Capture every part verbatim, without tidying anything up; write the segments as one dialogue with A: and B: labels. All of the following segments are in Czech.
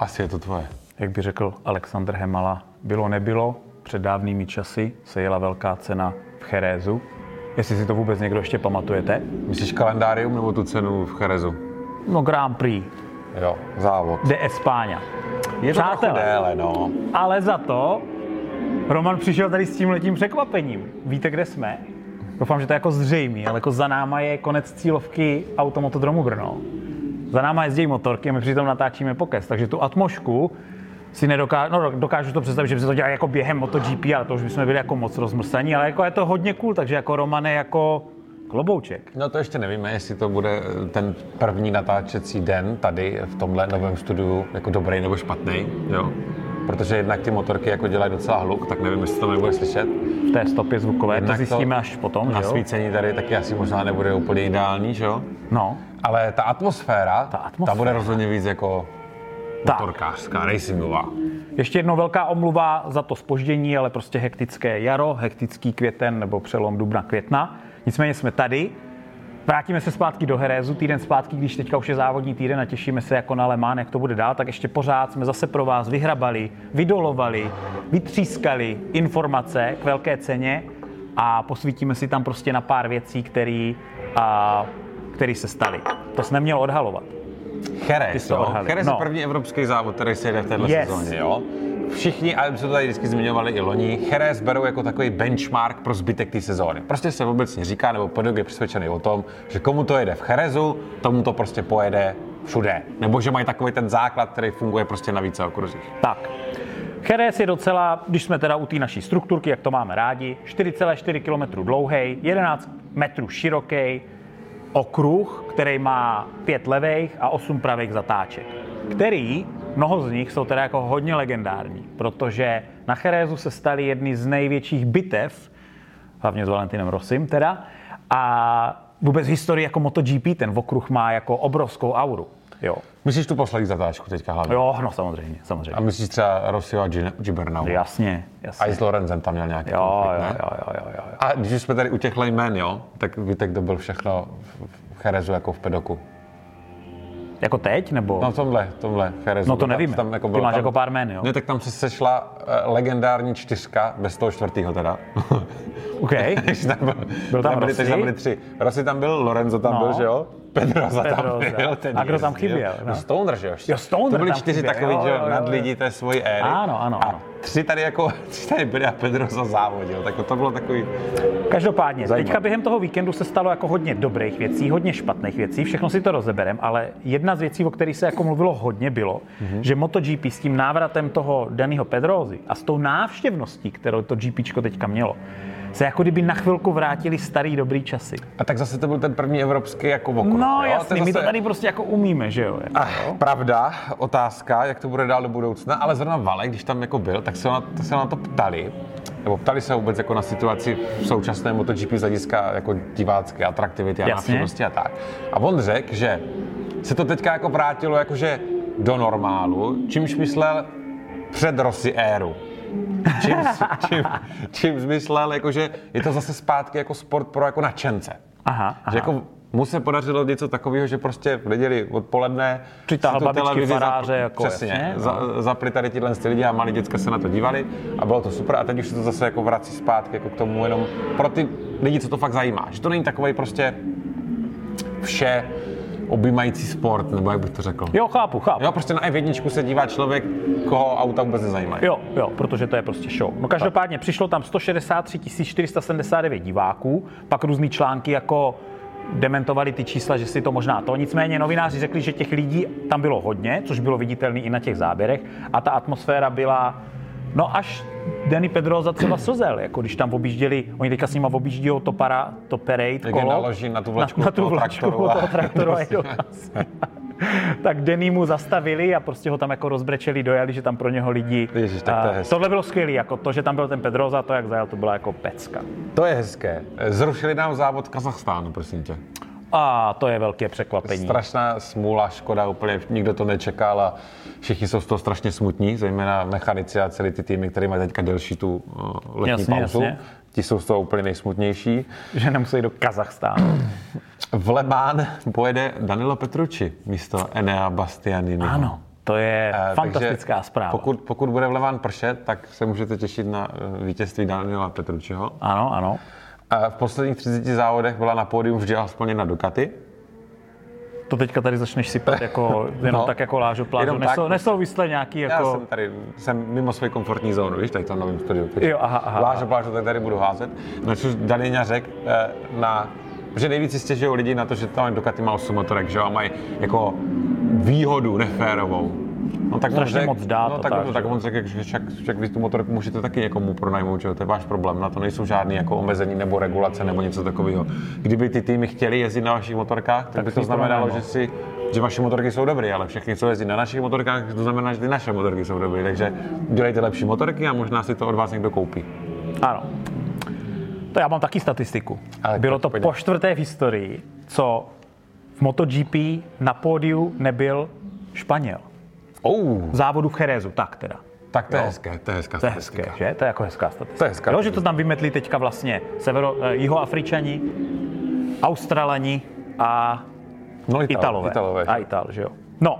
A: Asi je to tvoje.
B: Jak by řekl Alexander Hemala, bylo nebylo, před dávnými časy se jela velká cena v Cherezu. Jestli si to vůbec někdo ještě pamatujete?
A: Myslíš kalendárium nebo tu cenu v Cherezu?
B: No Grand Prix.
A: Jo, závod.
B: De España.
A: Je to trochu déle, no.
B: Ale za to Roman přišel tady s tímhletím překvapením. Víte, kde jsme? Doufám, že to je jako zřejmý, ale jako za náma je konec cílovky Automotodromu Brno. Za náma jezdí motorky a my přitom natáčíme pokec, takže tu atmošku si nedokážu, no dokážu to představit, že by se to dělali jako během MotoGP, ale to už bychom byli jako moc rozmrsaní, ale jako je to hodně cool, takže jako Roman je jako klobouček.
A: No to ještě nevíme, jestli to bude ten první natáčecí den tady v tomhle novém studiu jako dobrý nebo špatný, jo. Protože jednak ty motorky jako dělají docela hluk, tak nevím, jestli to nebude slyšet.
B: V té stopě zvukové, jednak to zjistíme
A: to
B: až potom, že jo?
A: Nasvícení tady taky asi možná nebude úplně ideální, že jo?
B: No.
A: Ale ta atmosféra,
B: ta, atmosféra.
A: ta bude rozhodně víc jako motorkářská, racingová.
B: Ještě jednou velká omluva za to zpoždění, ale prostě hektické jaro, hektický květen nebo přelom dubna května. Nicméně jsme tady. Vrátíme se zpátky do Cherezu, týden zpátky, když teďka už je závodní týden a těšíme se jako na Le Mans, jak to bude dál, tak ještě pořád jsme zase pro vás vyhrabali, vydolovali, vytřískali informace k velké ceně a posvítíme si tam prostě na pár věcí, které které se staly. To jsi neměl odhalovat.
A: Jerez, jo? Jerez no. je první evropský závod, který se jede v této yes. sezóně, jo? Všichni, a my jsme to tady vždycky zmiňovali i loni, Jerez berou jako takový benchmark pro zbytek té sezóny. Prostě se obecně říká, nebo pedagog je přesvědčený o tom, že komu to jede v Jerezu, tomu to prostě pojede všude. Nebo že mají takový ten základ, který funguje prostě na více okruzích.
B: Tak. Jerez je docela, když jsme teda u té naší strukturky, jak to máme rádi, čtyři celé čtyři kilometru dlouhý, jedenáct metrů široký okruh, který má pět levých a osm pravých zatáček, který mnoho z nich jsou teda jako hodně legendární, protože na Cherezu se staly jedny z největších bitev, hlavně s Valentinem Rossim teda, a vůbec v historii jako MotoGP ten okruh má jako obrovskou auru. Jo.
A: Myslíš tu poslední zatáčku teďka hlavně?
B: Jo, no samozřejmě, samozřejmě.
A: A myslíš třeba Rossio a Gibernau?
B: Jasně, jasně.
A: A i s Lorenzem tam měl nějaký
B: jo,
A: konflikt,
B: jo,
A: ne?
B: Jo, jo, jo, jo.
A: A když jsme tady u těchto jmén, jo, tak víte, kdo byl všechno v Cherezu jako v pedoku?
B: Jako teď, nebo?
A: No tomhle, tomhle Cherezu.
B: No to nevíme,
A: tam, jako
B: ty máš
A: tam,
B: jako pár jmén, jo?
A: Ne, tak tam se sešla uh, legendární čtyřka, bez toho čtvrtýho teda.
B: OK.
A: tam byl,
B: byl tam,
A: tam byli,
B: Rossi?
A: Tam byli tři. Rossi tam byl, Lorenzo tam
B: no.
A: byl, že jo? Pedroza tam byl.
B: A kdo tam chyběl?
A: No Stoner, že jo?
B: Jo, Stoner
A: to byli
B: tam
A: čtyři
B: chyběl.
A: takový,
B: jo,
A: že
B: jo, jo,
A: nad lidi té svojí éry.
B: Ano, ano, ano.
A: A tři tady jako, tři tady byli a Pedroza závodil, tak to bylo takový...
B: Každopádně,
A: zajímavý.
B: Teďka během toho víkendu se stalo jako hodně dobrých věcí, hodně špatných věcí, všechno si to rozeberem, ale jedna z věcí, o kterých se jako mluvilo hodně, bylo, mm-hmm. že MotoGP s tím návratem toho Daniho Pedrozy a s tou návštěvností, kterou to GPčko teďka mělo, se jako kdyby na chvilku vrátili starý dobrý časy.
A: A tak zase to byl ten první evropský jako okruh.
B: No
A: jo?
B: jasně,
A: zase...
B: my to tady prostě jako umíme, že jo? Jako,
A: Ach,
B: jo?
A: Pravda, otázka, jak to bude dál do budoucna, ale zrovna Valek, když tam jako byl, tak se na, to, se na to ptali, nebo ptali se vůbec jako na situaci v současné MotoGP z hlediska jako divácké atraktivity a návštěvnosti a tak. A on řekl, že se to teďka jako vrátilo jakože do normálu, čímž myslel před Rossi éru. Čím, čím, čím myslel, jakože je to zase zpátky jako sport pro jako nadšence.
B: Aha, aha.
A: Že jako mu se podařilo něco takového, že prostě v neděli odpoledne
B: přitáhl babičky faráře,
A: zapl,
B: jako
A: přesně,
B: jasně,
A: za,
B: no.
A: zapli tady tyhle lidi a malí děcka se na to dívali a bylo to super a teď už se to zase jako vrací zpátky jako k tomu jenom pro ty lidi, co to fakt zajímá. Že to není takovej prostě vše objímající sport, nebo jak bych to řekl.
B: Jo, chápu, chápu.
A: Jo, prostě na F jedna se dívá člověk, koho auta vůbec nezajímají.
B: Jo, jo, protože to je prostě show. No každopádně přišlo tam sto šedesát tři tisíc čtyři sta sedmdesát devět diváků, pak různý články jako dementovali ty čísla, že si to možná to. Nicméně novináři řekli, že těch lidí tam bylo hodně, což bylo viditelné i na těch záběrech a ta atmosféra byla, no až Dani Pedrosa třeba slzel, jako když tam objížděli, oni teďka s nima objíždějou to, para, to parade kolo.
A: Jak naloží na tu vlačku,
B: na, na tu
A: toho
B: vlačku
A: traktoru.
B: toho traktoru a jedou. Tak Danny mu zastavili a prostě ho tam jako rozbrečeli, dojali, že tam pro něho lidi...
A: Ježiš, tak to je hezké.
B: Tohle bylo skvělý, jako to, že tam byl ten Pedrosa, to jak zajel, to byla jako pecka.
A: To je hezké. Zrušili nám závod v Kazachstánu, prosím tě.
B: A to je velké překvapení.
A: Strašná smůla, škoda, úplně nikdo to nečekal a všichni jsou z toho strašně smutní, zejména mechanici a celý ty týmy, který mají teďka delší tu uh, letní
B: jasně,
A: pauzu.
B: Jasně.
A: Ti jsou z toho úplně nejsmutnější.
B: Že nemusí do Kazachstánu.
A: V Le Mans pojede Danilo Petrucci místo Enea Bastianiniho.
B: Ano, To je
A: Eh,
B: fantastická
A: takže
B: zpráva.
A: Pokud, pokud bude v Leván pršet, tak se můžete těšit na eh, vítězství Daniela Petrucciho.
B: Ano, ano.
A: Eh, v posledních třiceti závodech byla na pódium vždy aspoň jedna Ducati.
B: To teďka tady začneš sypat jako, jenom
A: No.
B: tak jako lážu plážu.
A: Jenom
B: Nesou,
A: tak.
B: nesouvisle nějaký
A: Já
B: jako...
A: jsem tady, jsem mimo svoji komfortní zónu, víš, tady v tom novém studiu.
B: Jo, aha, aha.
A: Lážo, plážu, tak tady budu házet. Na což Daniela řekl, eh, na, že nejvíc si stěžují lidi na to, že tam Ducati má osm motorek, že jo, a mají jako výhodu neférovou. No tak on
B: Strašně
A: řek,
B: moc dá
A: no,
B: to
A: tak,
B: tak,
A: tak
B: že?
A: on řekl, že však, však vy tu motorku můžete taky někomu pronajmout, že jo, to je váš problém, na to nejsou žádný jako omezení nebo regulace nebo něco takového. Kdyby ty týmy chtěli jezdit na vašich motorkách, tak, tak by
B: si
A: to
B: ji
A: znamenalo,
B: pronajmou.
A: že si že vaše motorky jsou dobré, ale všichni, co jezdí na našich motorkách, to znamená, že ty naše motorky jsou dobré, takže dělejte lepší motorky a možná si to od vás někdo koupí.
B: Ano. To já mám taky statistiku.
A: Ale
B: Bylo
A: tak
B: to
A: pojď.
B: po čtvrté v historii, co v MotoGP na pódiu nebyl Španěl.
A: Oh,
B: V závodu v Jerezu, tak teda.
A: tak to je
B: Jo.
A: hezké, to je hezká
B: To je
A: statistika.
B: hezké, že? To je jako hezká statistika.
A: To je hezká
B: Jo, že to
A: statistika.
B: tam vymetli teďka vlastně severo, eh, jihoafričani, Australani a
A: No, Ital,
B: Italové.
A: Italové.
B: A Ital, že jo. No,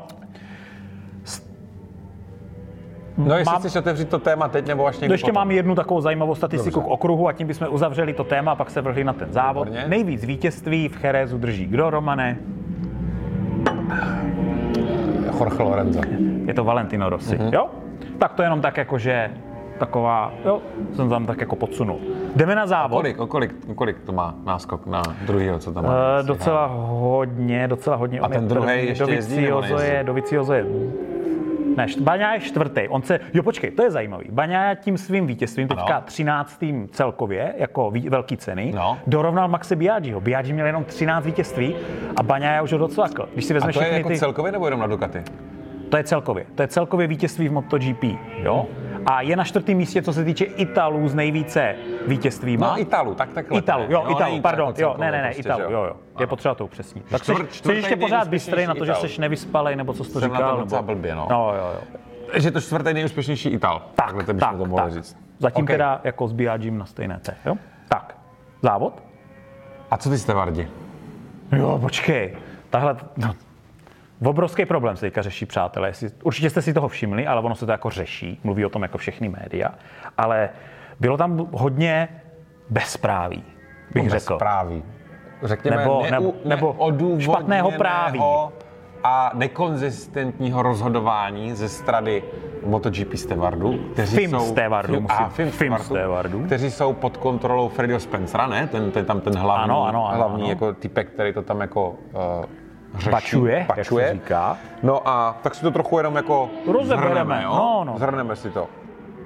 A: No, jestli
B: mám-
A: chceš otevřít to téma teď, nebo až někdy
B: to ještě
A: potom.
B: mám jednu takovou zajímavou statistiku
A: Dobře.
B: k okruhu a tím bychom uzavřeli to téma a pak se vrhli na ten závod.
A: Výborně.
B: Nejvíc vítězství v Jerezu drží kdo, Romane?
A: Jorge Lorenzo.
B: Je to Valentino Rossi,
A: Mhm.
B: jo? Tak to jenom tak jako, že taková, jo, jsem tam tak jako podsunul. Jdeme na závod.
A: Kolik, o kolik, o kolik to má náskok na druhýho, co tam má?
B: Uh, docela hodně, docela hodně.
A: A
B: On je
A: ten druhej
B: první,
A: ještě jezdí, nebo
B: Dovizioso je,
A: nejezdí?
B: Dovizioso je, ne, Baňa je čtvrtý. On se, jo počkej, to je zajímavý. Baňa tím svým vítězstvím, teďka
A: Ano.
B: třináctým celkově, jako ví, velký ceny,
A: No.
B: dorovnal Maxe Biaggiho. Biaggi měl jenom třináct vítězství a Baňa už ho docvakl. Když si
A: A
B: vezmeš
A: to je
B: všechny
A: jako
B: ty...
A: celkově, nebo jenom na Ducati?
B: To je celkově. To je celkově vítězství v MotoGP, jo? A je na čtvrtém místě, co se týče Italů s nejvíce vítězstvíma.
A: No, Italu, tak takhle.
B: Italu,
A: to je.
B: jo,
A: No,
B: Italu,
A: není to
B: pardon,
A: jako
B: jo,
A: celkově
B: ne, ne, ne,
A: prostě,
B: Italu,
A: že
B: jo, jo, je
A: Ano.
B: potřeba to upřesnit. Tak
A: Čtvrt-
B: jsi, jsi
A: čtvrtý
B: ještě pořád bystrý
A: nejúspěšnější
B: na to, že
A: Ital.
B: jsi nevyspalej, nebo co jsi to
A: Jsem na
B: říkal,
A: to docela
B: nebo...
A: blbě, no.
B: No, jo, jo.
A: Že to čtvrtý nejúspěšnější Ital.
B: Tak,
A: Takhle to bychom
B: tak,
A: to mohli
B: tak.
A: říct.
B: Zatím
A: OK.
B: teda jako s Biaggim na stejné té, jo? Tak, závod?
A: A co ty jste Vardi?
B: Jo, počkej, tahle... No. Obrovský problém se teďka řeší, přátelé. Jestli- Určitě jste si toho všimli, ale ono se to jako řeší. Mluví o tom jako všechny média. Ale bylo tam hodně bezpráví, bych
A: No,
B: řekl.
A: Bezpráví. Řekněme,
B: Nebo-
A: neu-
B: nebo- nebo
A: neodůvodněného
B: špatného práví.
A: a nekonzistentního rozhodování ze strany MotoGP stevardů, kteří
B: Film
A: jsou...
B: stevardů,
A: Film-
B: musím-
A: a film
B: film
A: stevardů,
B: stevardů.
A: kteří jsou pod kontrolou Freddieho Spencera, ne? Ten, ten tam ten hlavní,
B: Ano, ano, ano,
A: hlavní
B: ano.
A: jako typek, který to tam jako uh, řeší.
B: Pačuje, jak
A: pačuje.
B: se říká.
A: No a tak si to trochu jenom jako
B: Rozebereme,
A: zhrneme, jo?
B: no, no.
A: Zhrneme si to.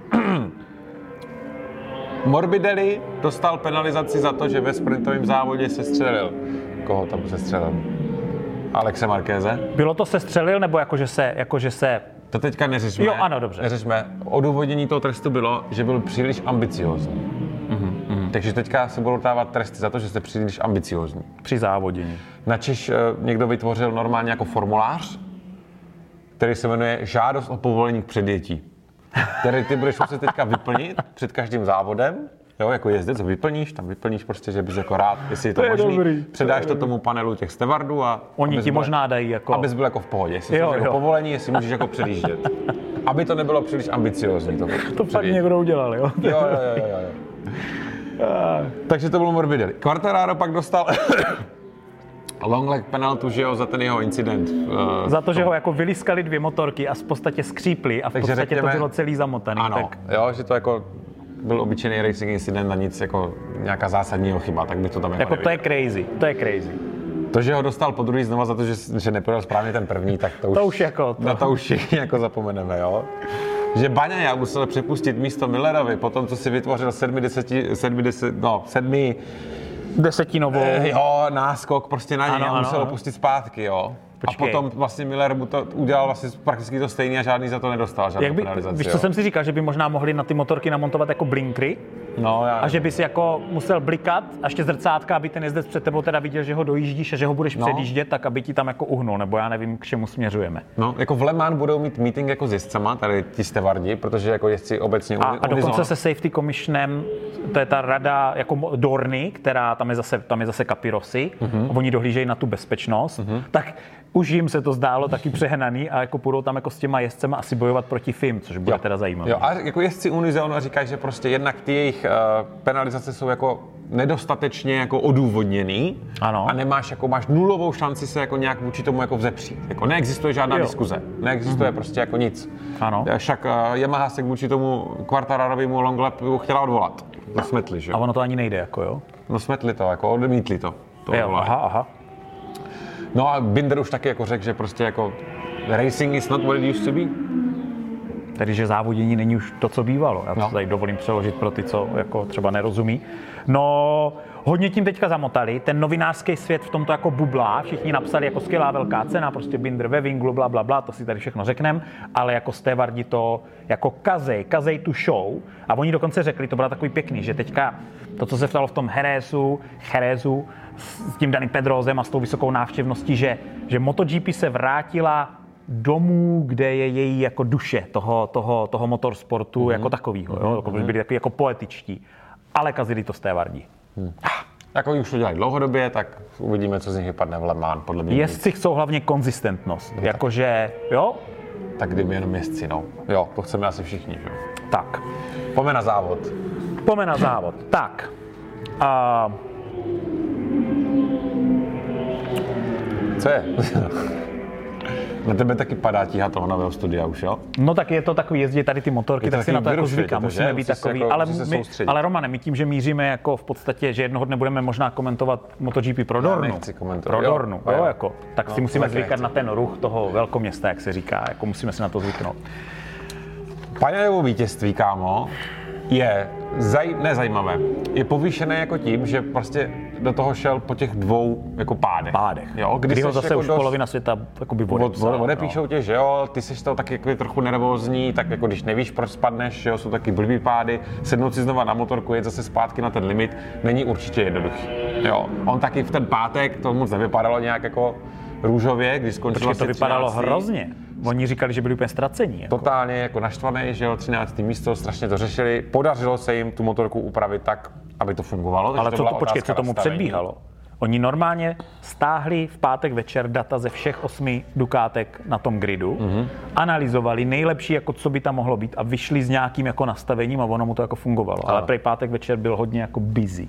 A: Morbidelli dostal penalizaci za to, že ve sprintovém závodě se střelil. Koho tam se střelil? Alexe Marqueze?
B: Bylo to sestřelil, nebo jakože se, jakože se...
A: To teďka neřešme.
B: Jo, ano, dobře.
A: Neřešme. Odůvodnění toho trestu bylo, že byl příliš ambiciózní. Mm-hmm. Takže teďka se budou dávat tresty za to, že jste příliš ambiciózní.
B: Při závodění.
A: Načež eh, někdo vytvořil normálně jako formulář, který se jmenuje Žádost o povolení k předjetí. Který ty budeš muset teďka vyplnit před každým závodem. Jo, jako jezdec ho vyplníš, tam vyplníš prostě, že bys jako rád, jestli je to,
B: To je
A: možný,
B: dobrý.
A: předáš to tomu panelu těch stevardů a
B: Oni
A: abys
B: ti
A: byl-
B: možná dají jako...
A: abys byl jako v pohodě, jestli
B: Jo,
A: jsi jako
B: jo.
A: povolení, jestli můžeš jako předjíždět. Aby to nebylo příliš ambiciozní. To,
B: To fakt někdo udělal, jo?
A: Jo, jo, jo, jo, jo. Takže to bylo Morbidelli. Quartararo pak dostal long leg penaltu, že jo, za ten jeho incident. Uh,
B: Za to, že ho jako vyliskali dvě motorky a v podstatě skřípli a v
A: Takže
B: podstatě
A: řekněme-
B: to bylo celý zamotaný.
A: Ano,
B: Tak
A: jo, že to jako byl obyčejný racing incident a nic jako nějaká zásadního chyba, tak bych to tam jako,
B: jako to je
A: neviděl.
B: crazy, to je crazy.
A: To, že ho dostal po druhý znova za to, že, že nepodal správně ten první, tak to už,
B: To už jako to.
A: na to už všichni jako zapomeneme, jo. Že Bagnaia musel přepustit místo Millerovi po tom, co si vytvořil sedmi, deseti, sedmi, deset, no, sedmi,
B: Desetinovou.
A: eh, jo, náskok prostě na něj
B: Ano,
A: a
B: ano,
A: musel ho
B: ano.
A: pustit zpátky, jo.
B: Počkej.
A: A potom vlastně Miller mu to udělal vlastně prakticky to stejný a žádný za to nedostal, žádnou
B: Jak by,
A: penalizaci,
B: víš,
A: jo.
B: co jsem si říkal, že by možná mohli na ty motorky namontovat jako blinkry,
A: No, já
B: a že bys jako musel blikat a ještě zrcátka, aby ten jezdec před tebou teda viděl, že ho dojíždíš a že ho budeš no. předjíždět, tak aby ti tam jako uhnul, nebo já nevím, k čemu směřujeme.
A: No, jako v Le Mans budou mít meeting jako s jezdcama, tady ti stevardi, protože jako jezdci obecně
B: A, a dokonce se safety commissionem, to je ta rada jako Dorny, která tam je zase, tam je zase Capirossi, mm-hmm. oni dohlížejí na tu bezpečnost, mm-hmm. tak už jim se to zdálo taky přehnaný a jako půjdou tam jako s těma jezdcema asi bojovat proti F I M, což bude
A: jo.
B: teda zajímavé.
A: Jo, a jako jezdci Unizeonu říkají, že prostě jednak ty jejich uh, penalizace jsou jako nedostatečně jako odůvodněný
B: ano.
A: a nemáš jako máš nulovou šanci se jako nějak vůči tomu jako vzepřít. Jako neexistuje žádná jo. diskuze, neexistuje mm-hmm. prostě jako nic.
B: Ano.
A: Však uh, Yamaha se vůči tomu Quartararovému longlapu chtěla odvolat. No smetli, že?
B: A ono to ani nejde, jako jo?
A: No smetli to, jako odmítli to. to
B: jo, aha, aha.
A: No a Binder už taky jako řekl, že prostě jako racing is not what it used to be.
B: Tedy, že závodění není už to, co bývalo. Já to
A: no.
B: tady dovolím přeložit pro ty, co jako třeba nerozumí. No, hodně tím teďka zamotali. Ten novinářský svět v tomto jako bublá. Všichni napsali jako skvělá velká cena, prostě Binder ve Winglu, bla, bla, bla, to si tady všechno řekneme, ale jako stevardi to jako kazej, kazej tu show. A oni dokonce řekli, to bylo takový pěkný, že teďka to, co se stalo v tom Jerezu, Jerezu s tím Danim Pedrosem a s tou vysokou návštěvností, že, že MotoGP se vrátila domů, kde je její jako duše toho, toho, toho motorsportu mm-hmm. jako takovýho, jo? Jako byli takový jako poetičtí, ale kazili to stevardi.
A: Hmm. Jako už to dělají dlouhodobě, tak uvidíme, co z nich vypadne v Le Mans, podle mě.
B: Jezdci chcou hlavně konzistentnost, no, jakože, jo?
A: Tak kdyby jenom jezdci, no. Jo, to chceme asi všichni, jo.
B: Tak.
A: Pojďme na závod.
B: Pojďme na závod, tak. Uh...
A: Co je? Na tebe taky padá tíha toho nového studia už, jo?
B: No tak je to takový jezdit tady ty motorky, tak si na to jako zvykám, musíme že? být musí takový, jako, ale, my, ale Romane, my tím, že míříme jako v podstatě, že jednoho dne budeme možná komentovat MotoGP pro Dornu, pro Dornu, jo, jo, jako, tak no, si musíme zvykat nechci. na ten ruch toho velkoměsta, jak se říká, jako musíme si na to zvyknout.
A: Paňajovo vítězství, kámo, je zaj, nezajímavé. Je povýšené jako tím, že prostě do toho šel po těch dvou jako pádech.
B: Pádech.
A: Jo,
B: kdy, kdy ho zase jako už dost, polovina světa jakoby odepsala.
A: Od, odepíšou no. tě, že jo, ty jsi to taky jako trochu nervózní, tak jako když nevíš, proč spadneš, jo, jsou taky blbý pády, sednout si znova na motorku, jet zase zpátky na ten limit, není určitě jednoduchý. Jo, on taky v ten pátek, to moc nevypadalo nějak jako růžově, když skončilo
B: Počkej, to vypadalo třináctý hrozně. Oni říkali, že byli úplně ztracení. Jako.
A: Totálně jako naštvaný, že jo, třinácté místo, strašně to řešili. Podařilo se jim tu motorku upravit tak, aby to fungovalo.
B: Ale
A: to
B: co to, počkej, co tomu předbíhalo? Oni normálně stáhli v pátek večer data ze všech osmi Dukátek na tom gridu, mm-hmm. analyzovali nejlepší, jako co by tam mohlo být a vyšli s nějakým jako nastavením a ono mu to jako fungovalo. Ale, Ale prej pátek večer byl hodně jako busy.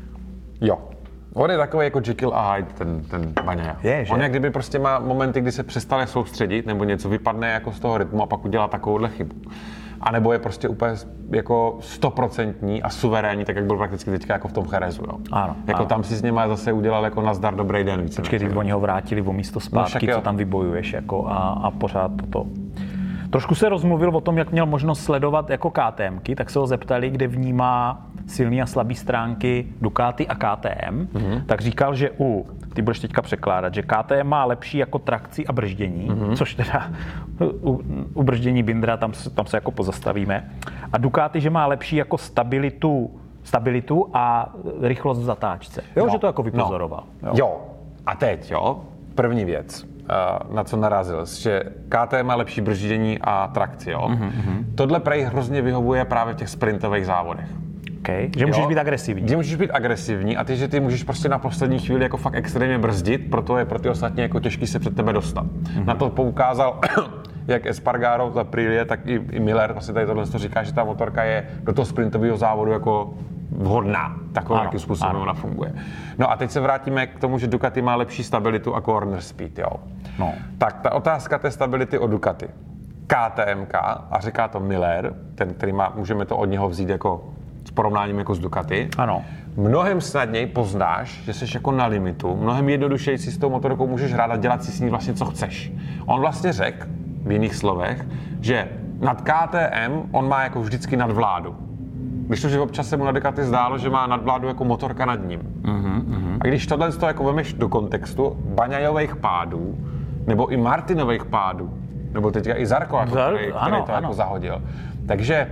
A: Jo. On je takový jako Jekyll a Hyde, ten, ten Baňa. On jak kdyby prostě má momenty, kdy se přestane soustředit, nebo něco vypadne jako z toho rytmu a pak udělá takovouhle chybu. A nebo je prostě úplně jako stoprocentní a suverénní, tak jak byl prakticky teďka jako v tom Jerezu, jo.
B: Ano.
A: Jako
B: ano.
A: tam si s nima zase udělal jako nazdar dobrý den více.
B: Počkej, když oni ho vrátili o místo zpátky, no, co tam vybojuješ jako a, a pořád toto. Trošku se rozmluvil o tom, jak měl možnost sledovat jako KTMky, tak se ho zeptali, kde vnímá silné a slabé stránky Ducati a K T M, mm-hmm. tak říkal, že u, ty budeš teďka překládat, že K T M má lepší jako trakci a brždění, mm-hmm. což teda u, u brždění Bindera tam, tam se jako pozastavíme. A Ducati, že má lepší jako stabilitu, stabilitu a rychlost v zatáčce. Jo, no, že to jako vypozoroval.
A: No. Jo. jo, a teď jo, první věc. Na co narazil, že K T M má lepší brždění a trakci, jo. Mm-hmm. Tohle prej hrozně vyhovuje právě v těch sprintových závodech.
B: Okay. Že můžeš jo? být agresivní.
A: Že můžeš být agresivní a ty, že ty můžeš prostě na poslední chvíli jako fakt extrémně brzdit, proto je pro ty ostatní jako těžký se před tebe dostat. Mm-hmm. Na to poukázal jak Espargaro z Aprilie, tak i, i Miller, vlastně tady tohle to říká, že ta motorka je do toho sprintového závodu jako vhodná, takovým jakým způsobem ona funguje. No a teď se vrátíme k tomu, že Ducati má lepší stabilitu a corner speed, jo.
B: No.
A: Tak ta otázka té stability od Ducati. K T M K, a říká to Miller, ten, který má, můžeme to od něho vzít jako s porovnáním jako s Ducati.
B: Ano.
A: Mnohem snadněji poznáš, že jsi jako na limitu, mnohem jednodušeji si s tou motorkou můžeš hrát a dělat si s ní vlastně co chceš. On vlastně řekl, v jiných slovech, že nad K T M on má jako vždycky nadvládu. Když to, že občas se mu na Ducati zdálo, že má nadvládu jako motorka nad ním.
B: Mm-hmm, mm-hmm.
A: A když tohle to jako vemeš do kontextu Baňajových pádů, nebo i Martinových pádů, nebo teďka i Zarco, jako,
B: Zar,
A: který, který
B: ano,
A: to
B: ano.
A: jako zahodil. Takže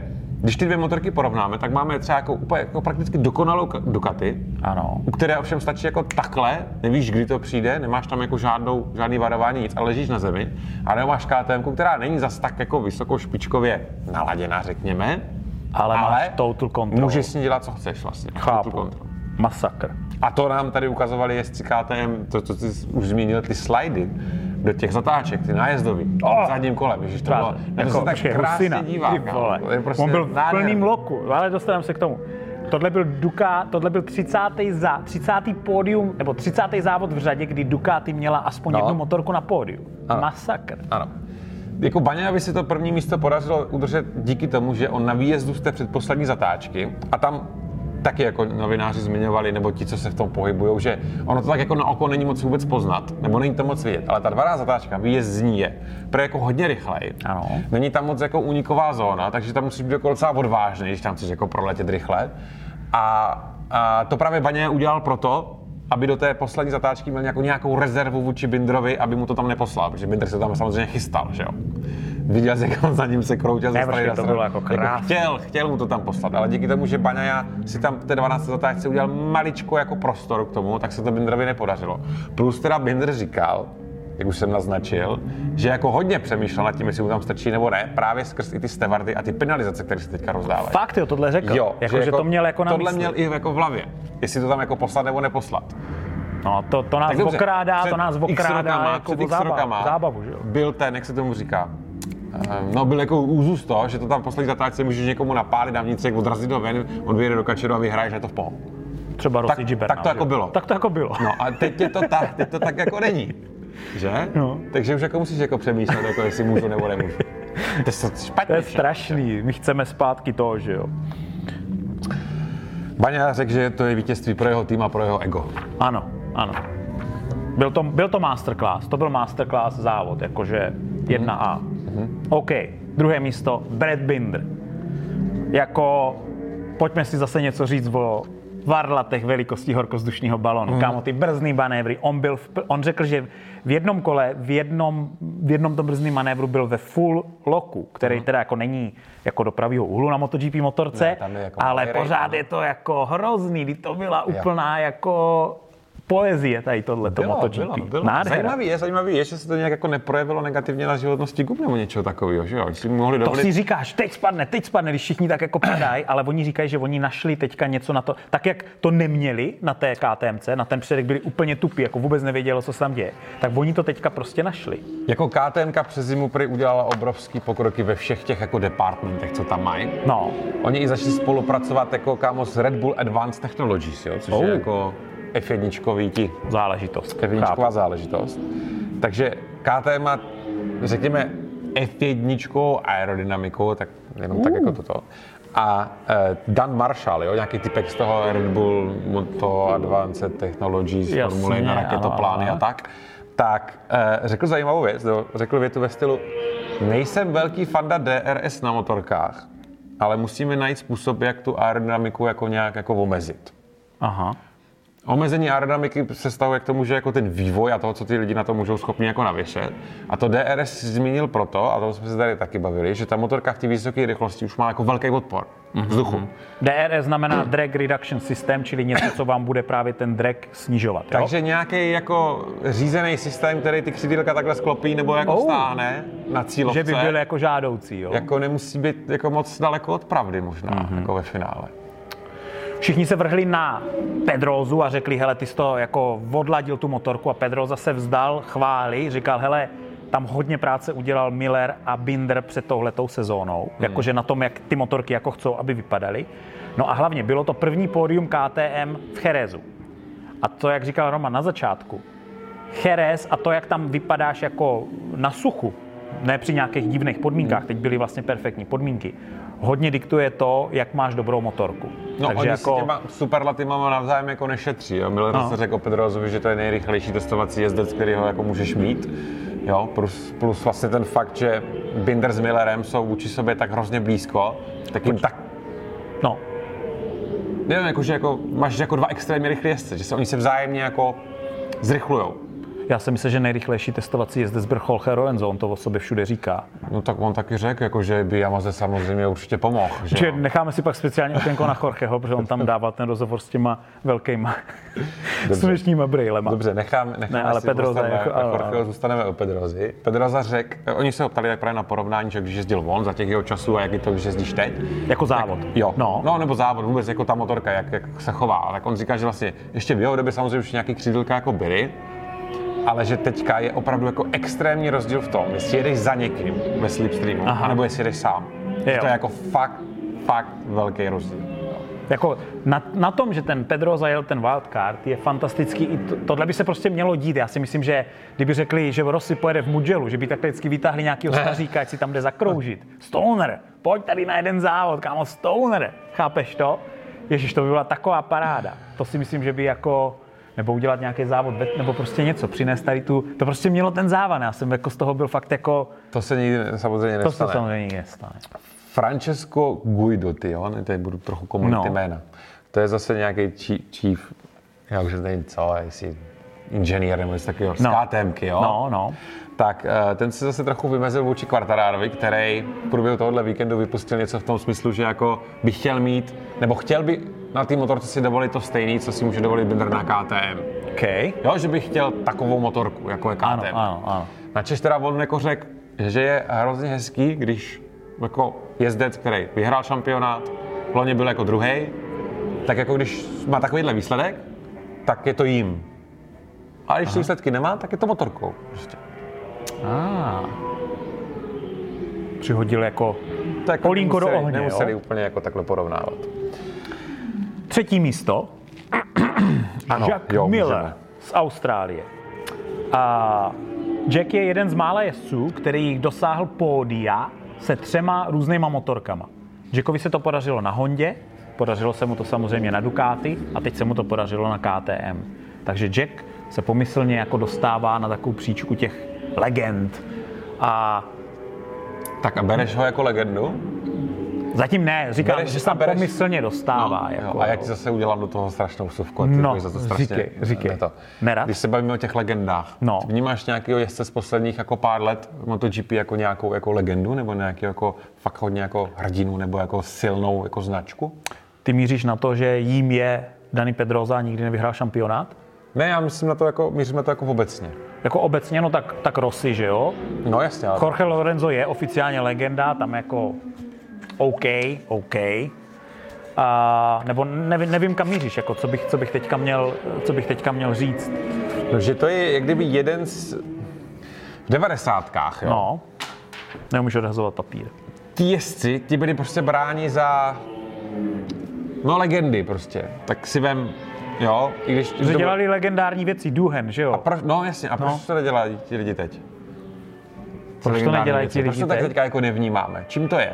A: Když ty dvě motorky porovnáme, tak máme třeba jako úplně jako prakticky dokonalou Ducati,
B: ano.
A: u které ovšem stačí jako takhle, nevíš, kdy to přijde, nemáš tam jako žádnou, žádný varování, nic, ale ležíš na zemi. A nebo máš K T M, která není zas tak jako vysoko špičkově naladěná, řekněme,
B: ale,
A: ale
B: máš total control.
A: Můžeš s ní dělat, co chceš vlastně.
B: Chápu. Masakr.
A: A to nám tady ukazovali jezdci K T M, to, co jsi už zmínil, ty slidy do těch zatáček, ty nájezdový, oh, zadním kolem, ježiš, to bylo,
B: jako,
A: to se tak krásně dívá.
B: Prostě on byl v plným loku, ale dostaneme se k tomu. Tohle byl Ducati, tohle byl třicátý Zá, třicátý pódium, nebo třicátý závod v řadě, kdy Ducati měla aspoň no. jednu motorku na pódiu. Ano. Masakr.
A: Ano. Jako Bagnaiovi si to první místo podařilo udržet díky tomu, že on na výjezdu z té předposlední zatáčky a tam taky jako novináři zmiňovali, nebo ti, co se v tom pohybujou, že ono to tak jako na oko není moc vůbec poznat, nebo není to moc vidět, ale ta dvaná zatáčka, výjezd z ní je pro jako hodně rychlej.
B: Ano.
A: Není tam moc jako úniková zóna, takže tam musíš být jako docela odvážný, když tam chceš jako proletět rychle. A, a to právě Bagnaia udělal proto, aby do té poslední zatáčky měl nějakou, nějakou rezervu vůči Binderovi, aby mu to tam neposlal, protože Binder se tam samozřejmě chystal, že jo. Viděl jsi, jak on za ním se kroutil ze strany na stranu.
B: Jako
A: jako chtěl, chtěl mu to tam poslat, ale díky tomu, že Bagnaia si tam v té dvanácté zatáčce udělal maličko jako prostor k tomu, tak se to Binderovi nepodařilo. Plus teda Binder říkal, jak už jsem naznačil, že jako hodně přemýšlel nad tím, jestli mu tam strčí nebo ne, právě skrz i ty stevardy a ty penalizace, které se teďka rozdávají.
B: Fakt jo, tohle řekl.
A: Jo,
B: jako,
A: že,
B: že
A: jako,
B: to měl jako na
A: tohle
B: mysli.
A: měl i jako v hlavě, jestli to tam jako poslat nebo neposlat.
B: No, to, to nás okrádá, to nás okrádá jako
A: před
B: zábavu,
A: rokama
B: zábavu, že jo?
A: Byl ten, jak se tomu říká, no byl jako úzus to, že to tam poslední zatáčce můžeš někomu napálit na vnitřek, odrazit ho ven, on vyjede do kačeru a vyhraješ, že to v pohodu.
B: Třeba Rossi Gibernau.
A: Tak to jako bylo.
B: Tak to jako bylo.
A: No a teď je to tak, teď to tak jako není. Že? No. Takže už jako musíš jako přemýšlet, jako jestli můžu nebo nemůžu. To je špatně.
B: To je strašný, my chceme zpátky to, že jo.
A: Bagnaia řekl, že to je vítězství pro jeho tým a pro jeho ego.
B: Ano, ano. Byl to, byl to masterclass, to byl masterclass závod, jakože jedna A. Mm-hmm. OK, druhé místo, Brad Binder. Jako, pojďme si zase něco říct o varlatech velikostí horkozdušního balonu. Mm. Kámo, ty brzdný manévry, on byl, v, on řekl, že v jednom kole, v jednom, v jednom tom brzdným manévru byl ve full loku, který mm. teda jako není jako do pravýho úhlu na MotoGP motorce, ne, jako ale pořád je to jako hrozný, to byla úplná jo. jako poezie tady tohleto MotoGP.
A: Bylo, bylo. Zajímavý je, zajímavý je, že se to nějak jako neprojevilo negativně na životnosti gub nebo něčeho takového, že jo? Si mohli dovolit...
B: To si říkáš, teď spadne, teď spadne, když všichni tak jako padají, ale oni říkají, že oni našli teďka něco na to, tak jak to neměli na té K T M C, na ten předek byli úplně tupí, jako vůbec nevědělo, co se tam děje, tak oni to teďka prostě našli.
A: Jako KTMka přes zimu prý udělala obrovský pokroky ve všech těch jako departmentech, co tam mají.
B: No.
A: Oni i začali spolupracovat jako kámo s Red Bull Advanced Technologies, jo? Což oh. je jako F jedna ti
B: záležitost.
A: F jedna záležitost. Takže K T M má, řekněme, F jedna aerodynamikou, tak jenom uh. tak jako toto. A uh, Dan Marshall, jo, nějaký typek z toho Red Bull Moto Advanced Technologies,
B: Jasně,
A: Formule jedna, raketoplány a tak, tak uh, řekl zajímavou věc, jo, řekl větu ve stylu, nejsem velký fanda D R S na motorkách, ale musíme najít způsob, jak tu aerodynamiku jako nějak jako omezit.
B: Aha.
A: Omezení aerodynamiky se stavuje k tomu, že jako ten vývoj a toho, co ty lidi na to můžou schopni jako navěšet. A to D R S zmínil proto, a to jsme se tady taky bavili, že ta motorka v té vysoké rychlosti už má jako velký odpor vzduchu. Mm-hmm.
B: D R S znamená Drag Reduction System, čili něco, co vám bude právě ten drag snižovat. Jo?
A: Takže nějaký jako řízený systém, který ty křidílka takhle sklopí nebo jako oh. stáhne na cílovce.
B: Že by byl jako žádoucí. Jo?
A: Jako nemusí být jako moc daleko od pravdy možná, mm-hmm. jako ve finále.
B: Všichni se vrhli na Pedrosu a řekli, hele, ty jsi to jako odladil tu motorku a Pedrosa se vzdal chvály, říkal, hele, tam hodně práce udělal Miller a Binder před touhletou sezónou, hmm. jakože na tom, jak ty motorky jako chcou, aby vypadaly. No a hlavně bylo to první pódium K T M v Jerezu. A to, jak říkal Roman na začátku, Jerez a to, jak tam vypadáš jako na suchu, ne při nějakých divných podmínkách, hmm. teď byly vlastně perfektní podmínky, hodně diktuje to, jak máš dobrou motorku.
A: No,
B: takže
A: oni
B: jako...
A: si těma superlativama navzájem jako nešetří. Jo? Miller no. se řekl o Pedrosovi, že to je nejrychlejší testovací jezdec, který ho jako můžeš mít. Jo? Plus, plus vlastně ten fakt, že Binder s Millerem jsou vůči sobě tak hrozně blízko, tak jim tak...
B: No.
A: Nevím, jako, že jako, máš jako dva extrémně rychlé jezdce, že se oni se vzájemně jako zrychlujou.
B: Já si myslím, že nejrychlejší testovací jezdec byl Jorge Lorenzo, on to o sobě všude říká.
A: No tak on taky řekl, jako, že by Yamaze samozřejmě určitě pomohl. Že,
B: že necháme si pak speciální okénko na Jorgeho, protože on tam dával ten rozhovor s těma velkýma slunečníma brýlema.
A: Dobře, nechám, necháme
B: ne, ale
A: si
B: Pedroza
A: jako,
B: jako,
A: Jorgeho, zůstaneme u Pedrozy. Pedroza řekl, oni se ho ptali jak právě na porovnání, že když jezdil on za těch jeho časů a jak je to, když jezdíš teď.
B: Jako závod.
A: Tak, jo,
B: no.
A: no nebo závod, vůbec jako ta motorka, jak, jak se chová. Tak on říká, že vlastně ještě v jeho době samozřejmě už nějaký křídlka jako byly, ale že teďka je opravdu jako extrémní rozdíl v tom, jestli jedeš za někým ve slipstreamu, anebo jestli jedeš sám. To je jako fakt, fakt velký rozdíl.
B: Jako na, na tom, že ten Pedroza jel ten wildcard, je fantastický. I to, tohle by se prostě mělo dít. Já si myslím, že kdyby řekli, že Rossi pojede v Mugellu, že by takhle vždycky vytáhli nějakýho staříka, ať si tam jde zakroužit. Stoner, pojď tady na jeden závod, kámo, Stoner. Chápeš to? Ježiš, to by byla taková paráda. To si myslím, že by jako... Nebo udělat nějaký závod, nebo prostě něco, přinést tady tu... To prostě mělo ten závan, já jsem jako z toho byl fakt jako...
A: To se nikdy samozřejmě nestane.
B: To se samozřejmě nikdy nestane.
A: Francesco Guido, ty jo, tady budu trochu komunity no. jména. To je zase nějaký chief, já už nevím co, jestli inženýr nebo něco takového,
B: no.
A: z KTMky, jo?
B: No, no.
A: Tak ten se zase trochu vymezil vůči Quartararovi, který v průběhu tohohle víkendu vypustil něco v tom smyslu, že jako by chtěl mít, nebo chtěl by na té motorce si dovolit to stejný, co si může dovolit Binder na K T M.
B: Okay.
A: Jo, že by chtěl takovou motorku, jako je K T M.
B: Ano, ano, ano.
A: Načež teda on jako řekl, že je hrozně hezký, když jako jezdec, který vyhrál šampionát, loni byl jako druhej, tak jako když má takovýhle výsledek, tak je to jím. A když ty výsledky nemá, tak je to motorkou. Prostě.
B: Ah. Přihodil jako
A: tak
B: polínko
A: museli,
B: do ohně,
A: nemuseli
B: jo?
A: úplně jako takhle porovnávat.
B: Třetí místo.
A: Ano,
B: Jack
A: jo,
B: Miller
A: můžeme.
B: z Austrálie. A Jack je jeden z mála jezdců, který dosáhl pódia se třema různýma motorkama. Jackovi se to podařilo na Hondě, podařilo se mu to samozřejmě na Ducati a teď se mu to podařilo na K T M. Takže Jack se pomyslně jako dostává na takovou příčku těch legend. A
A: tak a bereš ho jako legendu?
B: Zatím ne, říkám,
A: bereš,
B: že se tam
A: bereš...
B: pomyslně dostává.
A: No,
B: jako,
A: jo, a já ti zase udělám do toho strašnou vsuvku.
B: No,
A: za to strašně,
B: říkej, říkej.
A: To.
B: Nerad?
A: Když se bavíme o těch legendách,
B: no.
A: vnímáš nějakého jezdce z posledních jako pár let MotoGP jako nějakou jako legendu, nebo nějaký jako fakt hodně jako hrdinu, nebo jako silnou jako značku?
B: Ty míříš na to, že jím je Dani Pedrosa, nikdy nevyhrál šampionát?
A: Ne, já myslím na to jako, mířím na to jako obecně.
B: Jako obecně, no tak, tak Rossi, že jo?
A: No jasně. Ale...
B: Jorge Lorenzo je oficiálně legenda, tam jako OK, OK. A, nebo nevím, nevím, kam míříš, jako co bych, co bych teďka měl, co bych teďka měl říct.
A: No, že to je jak kdyby jeden z... v devadesátkách, jo?
B: No, nemůžu odhazovat papír.
A: Ti jezdci, ti byli prostě bráni za... no legendy prostě. Tak si vem, jo, i když...
B: Že dělali legendární věci, Duhen, že jo?
A: A proč, no jasně, a proč no. to nedělají ti lidi teď?
B: Proč to nedělají ti lidi
A: Proč to tak teďka jako nevnímáme? Čím to je?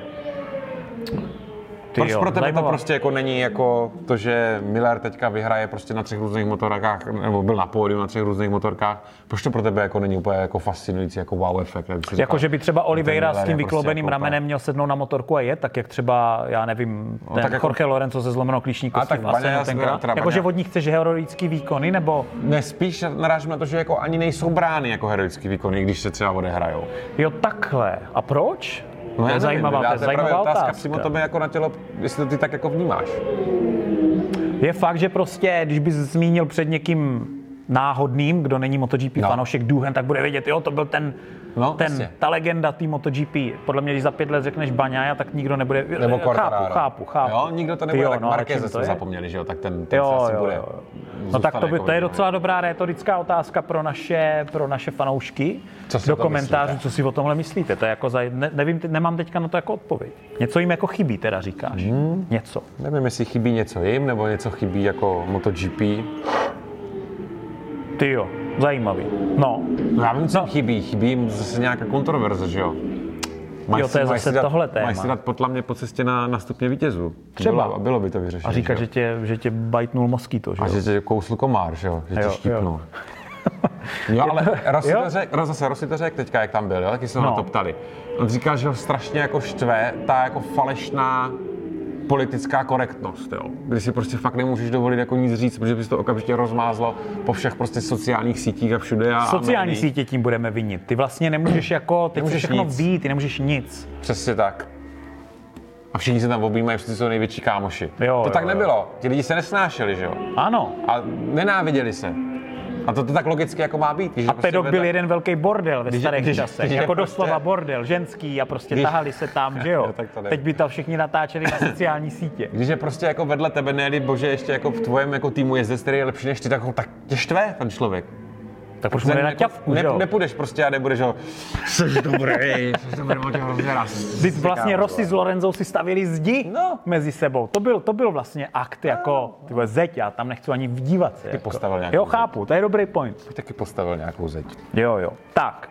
B: Ty
A: Proč
B: jo,
A: pro tebe
B: zajímavá.
A: to prostě jako není jako to, že Miller teďka vyhraje prostě na třech různých motorkách, nebo byl na pódiu na třech různých motorkách, proč to pro tebe jako není úplně jako fascinující, jako wow efekt?
B: Jako, že by třeba Oliveira s tím vykloubeným
A: prostě
B: ramenem měl sednout na motorku a jet, tak jak třeba, já nevím, ten
A: no, tak jako...
B: Jorge Lorenzo se zlomenou klíční kostí v Asenu tenkrát. Jako, že od nich chceš heroický výkony, nebo...
A: Ne, spíš narážím na to, že jako ani nejsou brány jako heroický výkony, když se třeba odehrajou.
B: Jo, takhle. A proč?
A: No,
B: to je
A: nevím,
B: zajímavá, to je zajímavá otázka. otázka.
A: Přímo tobě jako na tělo, jestli to ty tak jako vnímáš.
B: Je fakt, že prostě, když bys zmínil před někým náhodným, kdo není MotoGP no. fanoušek Duhen, tak bude vědět, jo, to byl ten,
A: no,
B: ten ta legenda tý MotoGP. Podle mě, když za pět let řekneš Baňaja, tak nikdo nebude...
A: Nebo
B: chápu, chápu, chápu.
A: Jo, nikdo to nebude,
B: jo,
A: tak
B: no,
A: Marqueze jsme zapomněli, že jo, tak ten, ten
B: jo,
A: se asi
B: jo,
A: bude...
B: Jo. No tak to, by, to je docela dobrá rétorická otázka pro naše, pro naše fanoušky do komentářů, myslíte? Co si o tomhle myslíte. To je jako za, ne, nevím, nemám teďka na to jako odpověď. Něco jim jako chybí, teda říkáš. Hmm. Něco.
A: Nevím, jestli chybí něco jim, nebo něco chybí jako MotoGP.
B: Ty jo, zajímavý. No.
A: No já vím, co
B: no.
A: chybí. Chybí jim zase nějaká kontroverze, že jo?
B: Mají jo, to je zase
A: dát,
B: tohle téma.
A: Mají si dát podle mě po cestě na, na stupně vítězů.
B: Třeba.
A: Bylo, bylo by to vyřešené.
B: A říkat, že, že tě, že tě bajtnul moskýto, že jo?
A: A že tě kousl komár, že jo? Že tě
B: jo,
A: štípnul. Jo, jo ale Rossi to řekl, zase Rossi to řekl teďka, jak tam byl, jo? Taky se no. na to ptali. On říkal, že ho strašně jako štve ta jako falešná politická korektnost, jo. Kdy si prostě fakt nemůžeš dovolit jako nic říct, protože by se to okamžitě rozmázlo po všech prostě sociálních sítích a všude. A
B: sociální a sítě tím budeme vinit. Ty vlastně nemůžeš jako, teď nemůžeš všechno ví, ty nemůžeš nic.
A: Přesně tak. A všichni se tam objímají, všichni jsou největší kámoši.
B: Jo,
A: to
B: jo,
A: tak
B: jo.
A: nebylo. Ti lidi se nesnášeli, že jo?
B: Ano.
A: A nenáviděli se. A to, to tak logicky jako má být.
B: A
A: prostě
B: pedok
A: vedle...
B: byl jeden velký bordel ve
A: když,
B: starých
A: když,
B: časech.
A: když
B: jako
A: prostě...
B: doslova bordel, ženský a prostě
A: když...
B: tahali se tam, že jo?
A: jo
B: Teď by tam všichni natáčeli na sociální sítě.
A: Když je prostě jako vedle tebe, ne, bože, ještě jako v tvojem jako týmu jezdec, který je lepší než ty, tak, tak tě štve ten člověk.
B: Tak proč mu jde na ťavku,
A: ne,
B: že jo?
A: Nepůjdeš prostě a nebudeš ho, jsi dobrý, jsi dobrý, mám tě hrozně rád.
B: Teď vlastně Rossi s Lorenzou si stavili zdi
A: no.
B: mezi sebou. To byl, to byl vlastně akt jako, ty vole, zeď, já tam nechci ani vdívat se.
A: Ty
B: jako.
A: postavil nějakou
B: Jo,
A: zeď.
B: chápu, to je dobrý point.
A: Ty taky postavil nějakou zeď.
B: Jo, jo. Tak.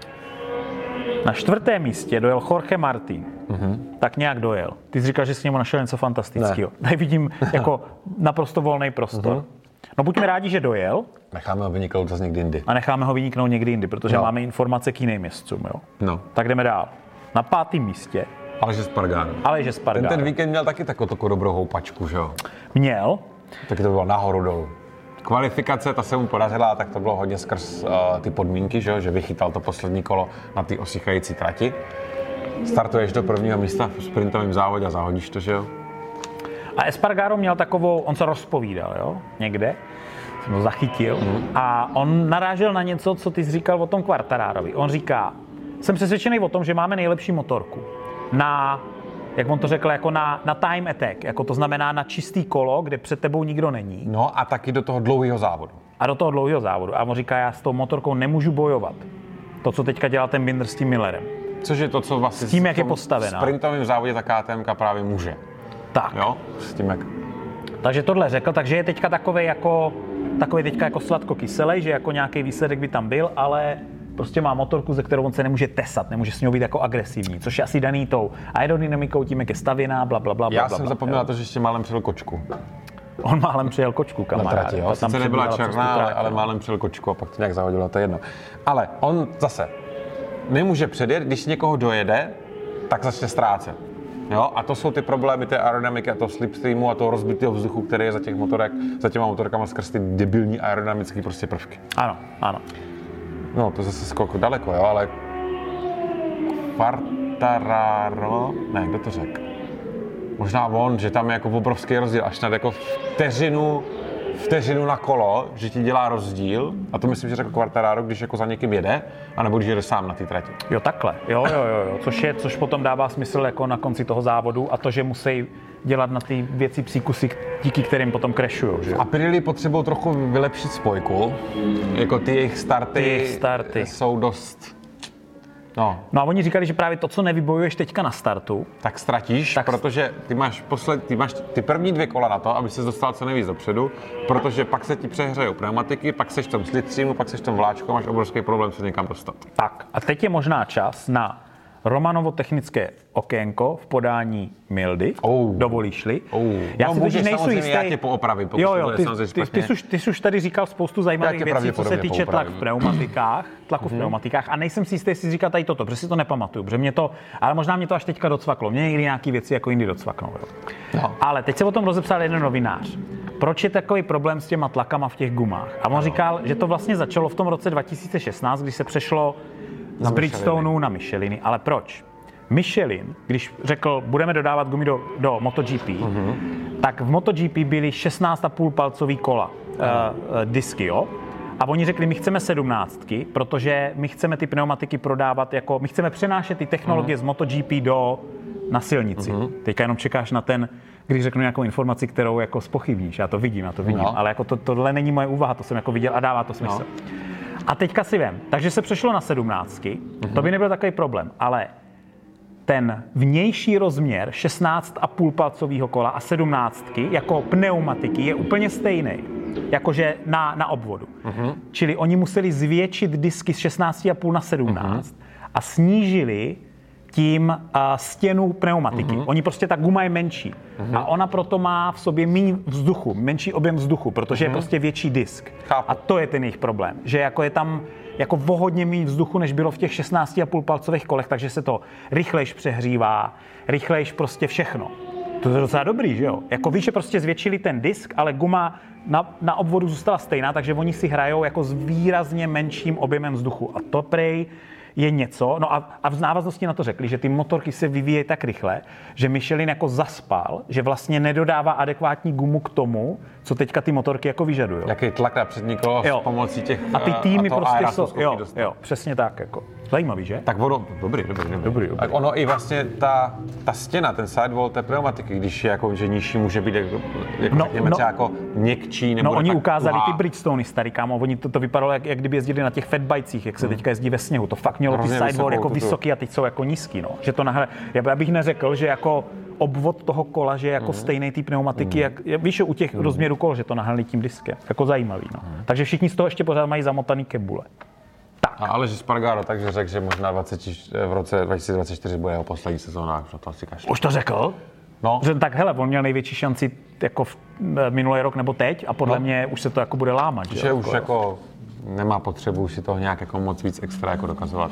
B: Na čtvrtém místě dojel Jorge Martin. Mm-hmm. Tak nějak dojel. Ty jsi říkal, že jsi k němu našel něco fantastického. Tady vidím jako naprosto volný prostor. Mm-hmm. No buďme rádi, že dojel.
A: Necháme ho vyniknout zase někdy jindy.
B: A necháme ho vyniknout někdy jindy, protože
A: jo.
B: máme informace k jiným městcům, jo.
A: No.
B: Tak jdeme dál. Na pátém místě.
A: Aleš Espargaro.
B: Aleš Espargaro.
A: Ten, ten víkend měl taky takovou, takovou dobrou houpačku, že jo?
B: Měl.
A: Taky to bylo nahoru dolů. Kvalifikace, ta se mu podařila, tak to bylo hodně skrz uh, ty podmínky, že, jo? Že vychytal to poslední kolo na ty osychající trati. Startuješ do prvního místa v sprintovém závodě a záhodíš to, že jo?
B: A Espargaro měl takovou, on se rozpovídal, jo, někde, jsem ho zachytil, mm. a on narážel na něco, co ty jsi říkal o tom Quartararovi. On říká, jsem přesvědčený o tom, že máme nejlepší motorku na, jak on to řekl, jako na, na time attack, jako to znamená na čistý kolo, kde před tebou nikdo není.
A: No a taky do toho dlouhého závodu.
B: A do toho dlouhého závodu. A on říká, já s tou motorkou nemůžu bojovat. To, co teďka dělal ten Binder s tím Millerem.
A: Což je to, co vlastně
B: s tím, jak je postavená.
A: V sprintovém závodě ta K T M právě může.
B: Tak.
A: Jo, s tím jak...
B: Takže tohle řekl, takže je teďka takovej jako, takovej teďka jako sladko-kyselej, že jako nějaký výsledek by tam byl, ale prostě má motorku, ze kterou on se nemůže tesat, nemůže s ní být jako agresivní, což je asi daný tou aerodynamikou, tím, jak je stavěná, bla, bla, bla,
A: Já
B: bla,
A: jsem
B: bla,
A: zapomněl
B: jo.
A: na to, že ještě málem přijel kočku.
B: On málem přijel kočku, kamarád.
A: Na trati, jo, sice nebyla černá, ale, ale málem přijel kočku a pak to nějak zahodilo, to je jedno. Ale on zase nemůže předjet, když někoho dojede, tak začne ztrácet. Jo, a to jsou ty problémy té aerodynamiky a toho slipstreamu a toho rozbitého vzduchu, který je za těch motorek, za těma motorkama skrz ty debilní aerodynamické prostě prvky.
B: Ano, ano.
A: No, to zase skok daleko, jo, ale Quartararo, ne, kdo to řekl? Možná on, že tam je jako obrovský rozdíl, až nad jako vteřinu, vteřinu na kolo, že ti dělá rozdíl, a to myslím, že řekl Quartararo, když jako za někým jede, anebo když jede sám na té trati.
B: Jo, takhle, jo, jo, jo, jo. Což, je, což potom dává smysl jako na konci toho závodu a to, že musí dělat na ty věci příkusy, díky kterým potom crashujou, že?
A: A Pirelli potřebují trochu vylepšit spojku, jako ty jejich starty,
B: ty jejich starty.
A: jsou dost... No.
B: no a oni říkali, že právě to, co nevybojuješ teďka na startu,
A: tak ztratíš, tak protože ty máš, posled, ty máš ty první dvě kola na to, aby ses dostal co nejvíc dopředu, protože pak se ti přehřejou pneumatiky, pak seš v tom slipstreamu, pak seš v tom vláčku a máš obrovský problém se někam dostat.
B: Tak a teď je možná čas na Romanovo technické okénko v podání Mildy.
A: Oh.
B: Dovolíš-li?
A: Oh.
B: Já
A: no,
B: si totiž nejsou jistý.
A: Já tě poopravím, pokud
B: jo, jo, ty,
A: ty,
B: ty, ty, jsi, ty jsi už tady říkal spoustu zajímavých věcí, co se týče tlak v pneumatikách, tlaku v pneumatikách a nejsem si jistý, jestli říkal tady toto, protože si to nepamatuju, protože mě to, ale možná mě to až teďka docvaklo. Mě někdy nějaký věci jako jindy docvaknou. Jo. No. Ale teď se o tom rozepsal jeden novinář. Proč je takový problém s těma tlakama v těch gumách? A on no. říkal, že to vlastně začalo v tom roce dva tisíce šestnáct, když se přešlo z Bridgestoneu na Micheliny. Ale proč? Michelin, když řekl, budeme dodávat gumy do, do MotoGP, mm-hmm. tak v MotoGP byly šestnáct celá pět palcový kola, uh, uh, disky, jo? A oni řekli, my chceme sedmnáctky, protože my chceme ty pneumatiky prodávat jako, my chceme přenášet ty technologie mm-hmm. z MotoGP do, na silnici. Mm-hmm. Teďka jenom čekáš na ten, když řeknu nějakou informaci, kterou jako zpochybníš, já to vidím, já to vidím, no. ale jako to, tohle není moje úvaha, to jsem jako viděl a dává to smysl. No. A teďka si vem, takže se přešlo na sedmnáctky, mm-hmm. to by nebyl takový problém, ale ten vnější rozměr šestnáct celá pět palcového kola a sedmnáctky jako pneumatiky je úplně stejný, jakože na, na obvodu. Uh-huh. Čili oni museli zvětšit disky z šestnáct celá pět na sedmnáct uh-huh. a snížili tím uh, stěnu pneumatiky. Uh-huh. Oni prostě, ta guma je menší. Uh-huh. A ona proto má v sobě méně vzduchu, menší objem vzduchu, protože uh-huh. je prostě větší disk.
A: Chápu.
B: A to je ten jejich problém, že jako je tam jako vohodně méně vzduchu, než bylo v těch šestnáct celá pět palcových kolech, takže se to rychlejš přehřívá, rychlejš prostě všechno. To je docela dobrý, že jo? Jako víš, že prostě zvětšili ten disk, ale guma na, na obvodu zůstala stejná, takže oni si hrajou jako s výrazně menším objemem vzduchu. A to prej je něco, no a, a v návaznosti na to řekli, že ty motorky se vyvíjejí tak rychle, že Michelin jako zaspal, že vlastně nedodává adekvátní gumu k tomu, co teďka ty motorky jako vyžadují.
A: Jaký tlak na přední kolo s pomocí těch
B: a ty týmy
A: a
B: prostě jsou, jo, jo, přesně tak jako. Zajímavý, že?
A: Tak ono, dobrý, dobrý, dobrý.
B: dobrý, dobrý.
A: Tak ono i vlastně ta, ta stěna, ten sidewall té pneumatiky, když je jako, že nižší může být jako, jako
B: no,
A: řekněme,
B: no,
A: třeba jako měkčí, nebo
B: no oni
A: tak
B: ukázali
A: tuhá.
B: ty Bridgestony starý, kámo, oni to, to vypadalo, jak, jak kdyby jezdili na těch fatbikecích, jak se hmm. teďka jezdí ve sněhu, to fakt mělo
A: Hrozně
B: ty sidewall
A: vysokou,
B: jako
A: tuto.
B: vysoký a teď jsou jako nízký, no. Že to nahra... Já bych neřekl, že jako obvod toho kola, že je jako mm. stejný typ pneumatiky, mm. jak, víš, u těch mm. rozměrů kol, že to nahrali tím diskem. Jako zajímavý, no. Mm. Takže všichni z toho ještě pořád mají zamotaný kebule. Tak.
A: A Aleš Espargaro takže řekl, že možná dvacet, v roce dva tisíce dvacet čtyři bude jeho poslední sezóna, to asi kašle.
B: Už to řekl?
A: No.
B: Že, tak hele, on měl největší šanci jako v, minulý rok nebo teď a podle no. mě už se to jako bude lámat.
A: Že, že už jako, jako nemá potřebu si toho nějak jako moc víc extra jako dokazovat.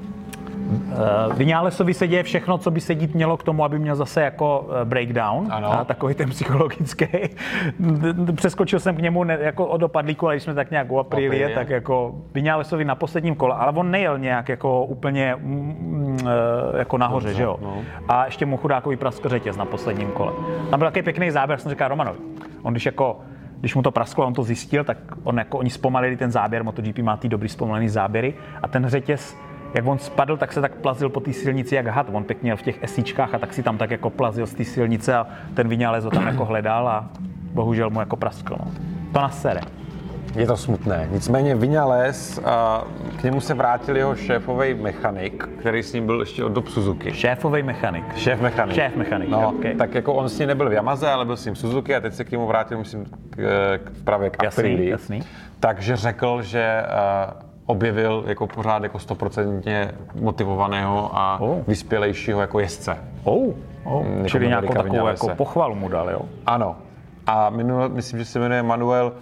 B: Uh, Viñalesovi se děje všechno, co by se dít mělo k tomu, aby měl zase jako breakdown, a takový ten psychologický. Přeskočil jsem k němu ne, jako od opadlíku, ale když jsme tak nějak u Aprilie, tak jako Viñalesovi na posledním kole, ale on nejel nějak jako úplně mm, jako nahoře, dobře, že jo? No. A ještě mu chudákový praskl řetěz na posledním kole. Tam byl takový pěkný záběr, jsem říkal Romanovi. On když jako Když mu to prasklo, on to zjistil, tak on jako, oni zpomalili ten záběr, MotoGP má ty dobrý zpomalený záběry a ten řetěz, jak on spadl, tak se tak plazil po té silnici jak had. On pěkně v těch esíčkách a tak si tam tak jako plazil z té silnice a ten Viñales ho tam jako hledal a bohužel mu jako praskl. No. To nás sere.
A: Je to smutné. Nicméně Viñales, k němu se vrátil jeho šéfový mechanik, který s ním byl ještě od dob Suzuki.
B: Šéfový mechanik.
A: Šéf mechanik.
B: Šéf mechanik,
A: no,
B: okay.
A: Tak jako on s ním nebyl v Yamaze, ale byl s ním v Suzuki a teď se k němu vrátil, myslím, k, k, právě k Aprilii.
B: Jasný, jasný.
A: Takže řekl, že uh, objevil jako pořád jako stoprocentně motivovaného a oh. vyspělejšího jako jezdce.
B: Oh. Oh. Jako čili nějakou takovou jako pochvalu mu dal, jo?
A: Ano. A minul, myslím, že se jmenuje Manuel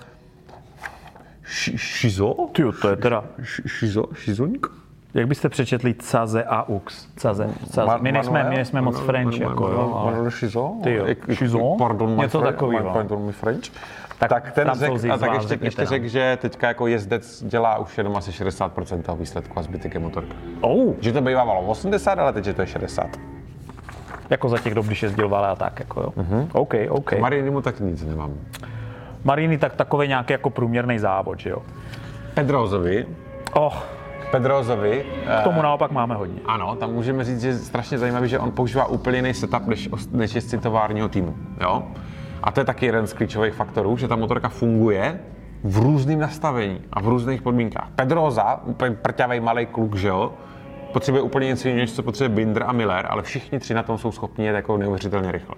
A: Šizo?
B: Tyjo, to je teda...
A: Šizo? Šizoňk?
B: Jak byste přečetli Caze a Ux? Caze. Caze. My nejsme, my nejsme moc French, jako jo.
A: Manuel Šizo?
B: Tyjo, Šizo?
A: Pardon,
B: něco takového.
A: Pardon, my French. Tak, tak ten řek, a tak ještě, ještě řekl, že teďka jako jezdec dělá už jenom asi šedesát procent toho výsledku a zbytek je motorka.
B: Oh.
A: Že to bývalo osmdesát, ale teď je to je šedesát.
B: Jako za těch dob, když jezdil Vale a tak, jako jo. Mm-hmm. OK, OK.
A: Marini mu tak nic nemám.
B: Marini tak takový nějaký jako průměrný závod, že jo.
A: Pedrosovi.
B: Oh.
A: Pedrosovi.
B: K tomu naopak máme hodně.
A: Ano, tam můžeme říct, že je strašně zajímavý, že on používá úplně jiný setup než, než jezdci továrního týmu, jo. A to je taky jeden z klíčových faktorů, že ta motorka funguje v různém nastavení a v různých podmínkách. Pedrosa, úplně prťavej malej kluk, že jo, potřebuje úplně něco jiného, než co potřebuje Binder a Miller, ale všichni tři na tom jsou schopni jet jako neuvěřitelně rychle.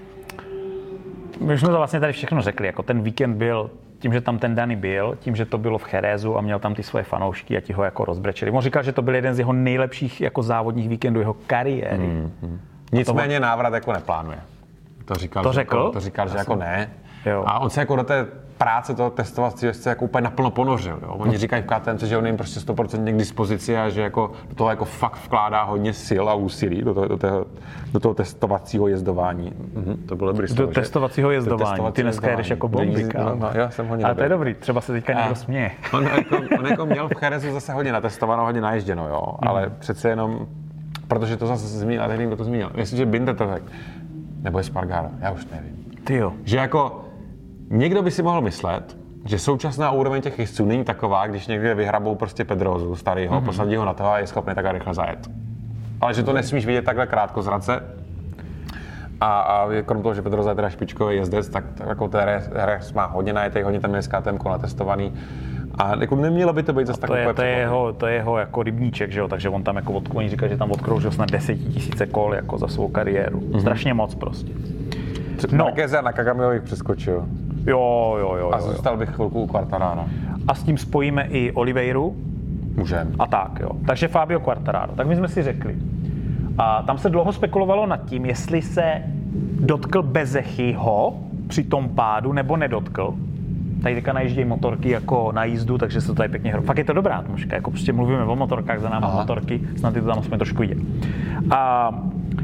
B: My jsme to vlastně tady všechno řekli, jako ten víkend byl, tím, že tam ten Dani byl, tím, že to bylo v Cherezu a měl tam ty svoje fanoušky a ti ho jako rozbrečeli. On říkal, že to byl jeden z jeho nejlepších jako závodních víkendů jeho kariéry. Hmm, hmm.
A: Nicméně to... návrat jako neplánuje. To říkal,
B: to řekl?
A: Jako, to říkal, že jako ne.
B: Jo.
A: A on se jako do té práce toho testovacího jezdce jako úplně naplno ponořil. Jo? Oni říkají v K T M, že on jim prostě sto procent k dispozici a že jako do toho jako fakt vkládá hodně sil a úsilí do toho, do toho, do toho testovacího jezdování. Mhm, to bylo dobrý
B: slovo, Do testovacího jezdování. Testovacího Ty dneska jedeš jako bombika.
A: No, no, já jsem hodně
B: Ale to je dobrý, třeba se teďka někdo směje.
A: On jako, on jako měl v Cherezu zase hodně natestovanou, hodně naježděno, jo? Mm. Ale přece jenom, protože to zase zmínil, a nevím, kdo to zmínil. Myslím, že Binder to řekl. Nebo je Espargaro, já už nevím.
B: Ty jo.
A: Že jako někdo by si mohl myslet, že současná úroveň těch jezdců není taková, když někde vyhrabou prostě Pedrosu starýho, mm-hmm. posadí ho na toho a je schopný takhle rychle zajet. Ale že to nesmíš vidět takhle krátkozrace. A, a krom toho, že Pedrosa je teda špičkový jezdec, tak, tak jako ten res má hodně najetej, hodně tam je S K T M natestovaný. A jako nemělo by to být zase takové.
B: To je jeho, to je jeho jako rybníček, že jo, takže on tam jako od, oni říkají, že tam odkroužil snad desetitisíce kol jako za svou kariéru. Mm-hmm. Strašně moc prostě.
A: No. Marquez a Nakagami bych přeskočil.
B: Jo, jo, jo.
A: A zůstal bych chvilku u Quartarara.
B: A s tím spojíme i Oliveiru.
A: Můžem.
B: A tak, jo. Takže Fabio Quartararo. Tak my jsme si řekli. A tam se dlouho spekulovalo nad tím, jestli se dotkl Bezechyho při tom pádu, nebo nedotkl. Tady teďka najíždějí motorky jako na jízdu, takže se to tady pěkně hrou. Fakt je to dobrá atmosféra, jako prostě mluvíme o motorkách, za náma Aha. motorky, snad je to tam aspoň trošku jde. A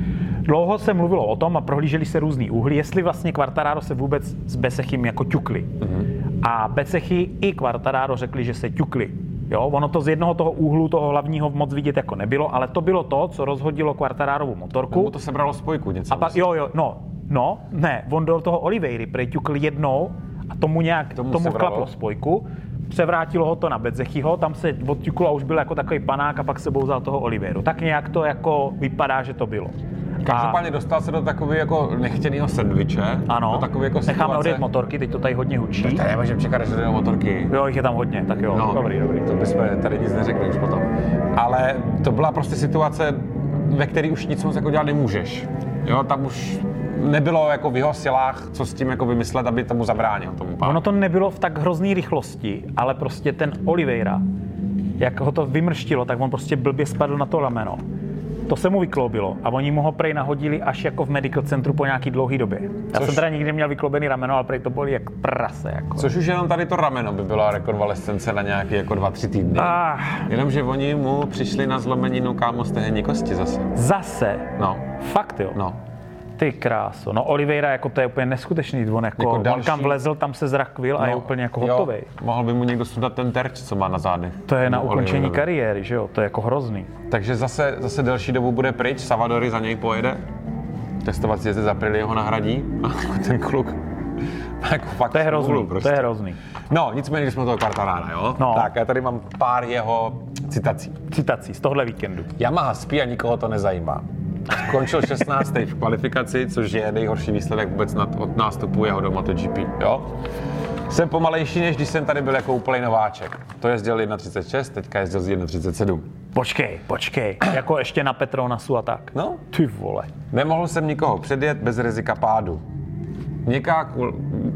B: Dlouho se mluvilo o tom a prohlíželi se různý úhly, jestli vlastně Quartararo se vůbec s Becechim jako ťukli. Mm-hmm. A Becechy i Quartararo řekli, že se ťukli. Jo, ono to z jednoho toho úhlu, toho hlavního moc vidět jako nebylo, ale to bylo to, co rozhodilo Quartararovu motorku.
A: Mu to sebralo spojku něco.
B: A pak, jo, jo, no, no, ne, on do toho Oliveiry preťukl jednou a tomu nějak, tomu, tomu klaplo spojku. Převrátilo ho to na Becechyho, tam se odťuklo a už byl jako takový panák a pak se bouzal toho Oliveiru. Tak nějak to jako vypadá, že to bylo.
A: Každopádně dostal se do takového jako nechtěného sandviče.
B: Ano,
A: do takové jako
B: necháme odjet motorky, teď to tady hodně hučí.
A: Tak tady nemůžeme čekat, že jdou motorky.
B: Jo, jich je tam hodně, tak jo,
A: no,
B: dobrý, dobrý.
A: To bychom tady nic neřekli už potom. Ale to byla prostě situace, ve které už nic moc jako dělat nemůžeš. Jo, tam už nebylo jako v jeho silách, co s tím jako vymyslet, aby tomu zabránil tomu pádu.
B: Ono to nebylo v tak hrozný rychlosti, ale prostě ten Oliveira, jak ho to vymrštilo, tak on prostě blbě spadl na to rameno. To se mu vykloubilo a oni mu ho prej nahodili až jako v medical centru po nějaký dlouhý době. Já Což... jsem teda nikdy neměl vykloubený rameno, ale prej to bolí jak prase. Jako.
A: Což už jenom tady to rameno by byla rekonvalescence na nějaký jako dva, tři týdny. Ah. Jenomže oni mu přišli na zlomeninu kámo stehenní kosti zase.
B: Zase?
A: No.
B: Fakt jo?
A: No.
B: Ty kráso, no Oliveira jako to je úplně neskutečný, on jako, jako další... on kam vlezl, tam se zrakvil a no, je úplně jako hotovej.
A: Mohl by mu někdo sundat ten terč, co má na zádech.
B: To je na ukončení Oliveirovi. Kariéry, že jo, to je jako hrozný.
A: Takže zase, zase delší dobu bude pryč, Savadori za něj pojede, testovací jezdec Aprilia ho nahradí a ten kluk jako fakt
B: to je hrozný,
A: smůlu, prostě.
B: To je hrozný.
A: No, nicméně, když jsme toho Quartarara, jo?
B: No.
A: Tak já tady mám pár jeho citací.
B: Citací z tohle víkendu.
A: Yamaha spí a nikoho to nezajímá. Skončil šestnáctý v kvalifikaci, což je nejhorší výsledek vůbec od nástupu jeho do MotoGP, jo? Jsem pomalejší, než když jsem tady byl jako úplný nováček. To jezdil třicet jedna šest, teďka jezdil z třicet jedna sedm.
B: Počkej, počkej, jako ještě na Petronasu a tak.
A: No.
B: Ty vole.
A: Nemohl jsem nikoho předjet bez rizika pádu. Měkká, kul...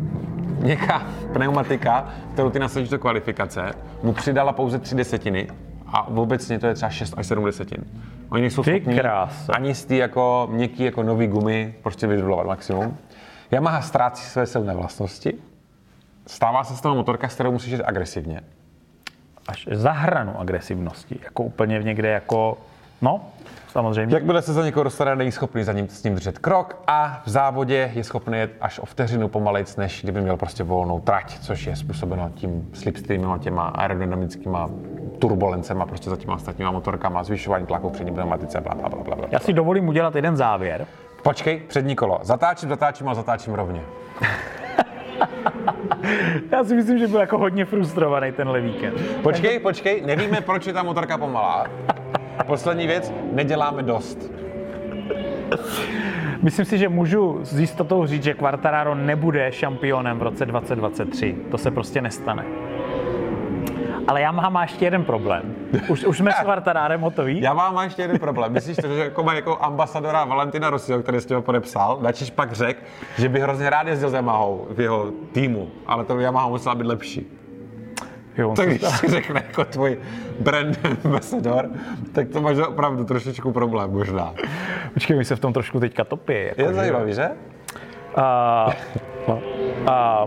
A: Měkká pneumatika, kterou ty nasadíš do kvalifikace, mu přidala pouze tři desetiny a obecně to je třeba šest až sedm desetin. Oni nejsou schopní ani z té jako měkký jako nový gumy prostě vydolovat maximum. Yamaha ztrácí své silné vlastnosti. Stává se z toho motorka, s kterou musíš jít agresivně.
B: Až za hranu agresivnosti, jako úplně v někde jako, no, samozřejmě.
A: Jakmile se za někoho dostane, není schopný za ním s ním držet krok a v závodě je schopný jet až o vteřinu pomalejc, než kdyby měl prostě volnou trať, což je způsobeno tím slipstreamem a těma aerodynamickýma turbulencema prostě za těma ostatníma motorkama, zvyšování tlaku přední pneumatice, bla, bla, bla, bla.
B: Já si dovolím udělat jeden závěr.
A: Počkej, přední kolo. Zatáčím, zatáčím a zatáčím rovně.
B: Já si myslím, že byl jako hodně frustrovaný tenhle víkend.
A: Počkej, počkej, nevíme, proč je ta motorka pomalá. Poslední věc, neděláme dost.
B: Myslím si, že můžu s jistotou říct, že Quartararo nebude šampionem v roce dvacet dvacet tři. To se prostě nestane. Ale Yamaha má ještě jeden problém. Už, už jsme s Quartararem hotoví?
A: Yamaha má ještě jeden problém. Myslíš, že jako má jako ambasadora Valentina Rossiho, který s tím podepsal, načež pak řekl, že by hrozně rád jezdil s Yamahou v jeho týmu, ale to Yamaha musela být lepší.
B: Jo,
A: tak když si řekne jako tvůj brand ambassador, tak to máš opravdu trošičku problém možná.
B: Počkej, mi se v tom trošku teďka topí. Jako,
A: je zajímavý, že?
B: Uh, uh,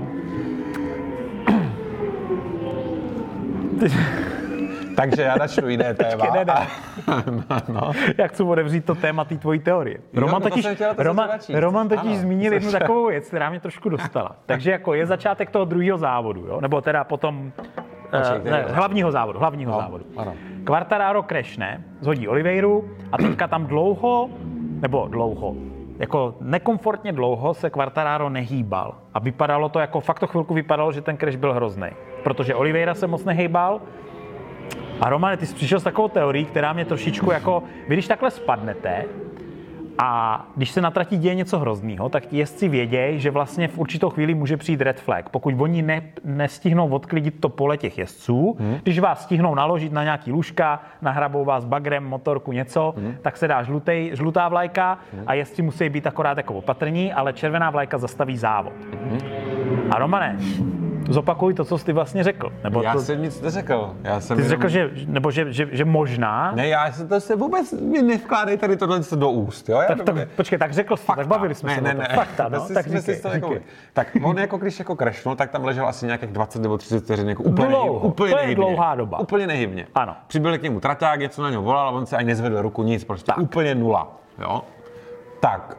A: Takže já začnu jiné téma.
B: Ne, ne. no. Já chci otevřít to téma té tvojí teorie. Roman
A: jo,
B: totiž, Roman, Roman totiž ano, zmínil jednu takovou věc, která mě trošku dostala. Takže jako je začátek toho druhého závodu, jo? Nebo teda potom uh, ne, hlavního závodu, hlavního no, závodu. Ano. Quartararo crashne, zhodí Oliveiru a teďka tam dlouho, nebo dlouho, jako nekomfortně dlouho se Quartararo nehýbal. A vypadalo to jako, fakt to chvilku vypadalo, že ten crash byl hrozný. Protože Oliveira se moc nehejbal. A Romane, ty jsi přišel s takovou teorií, která mě trošičku jako, vy když takhle spadnete a když se na trati děje něco hroznýho, tak ti jezdci vědějí, že vlastně v určitou chvíli může přijít red flag. Pokud oni ne, nestihnou odklidit to pole těch jezdců, hmm. když vás stihnou naložit na nějaký lůžka, nahrabou vás bagrem, motorku, něco, hmm. tak se dá žlutej, žlutá vlajka hmm. a jezdci musí být akorát jako opatrní, ale červená vlajka zastaví závod. Hmm. A Romane, zopakuj to, co jsi vlastně řekl. Nebo
A: já
B: to...
A: jsem nic neřekl. Já jsem
B: Ty jsi
A: jenom...
B: řekl, že, nebo že, že, že možná...
A: Ne, já se to se vůbec mi nevkládej tady tohle do úst, jo? Já
B: tak, tak, počkej, tak řekl jsi, tak bavili jsme
A: ne,
B: se
A: ne,
B: o to.
A: Ne,
B: Fakta, no, tak říkej,
A: říkej. Tak on jako když jako crashnul, tak tam ležel asi nějakých dvacet nebo třicet vteřin jako úplně,
B: Dlouho,
A: úplně
B: to je
A: nehybně.
B: dlouhá doba.
A: Úplně nehybně.
B: Ano.
A: Přibyl k němu traťák, něco na něho volal a on se ani nezvedl ruku, nic, prostě ano. Úplně nula, jo? Tak.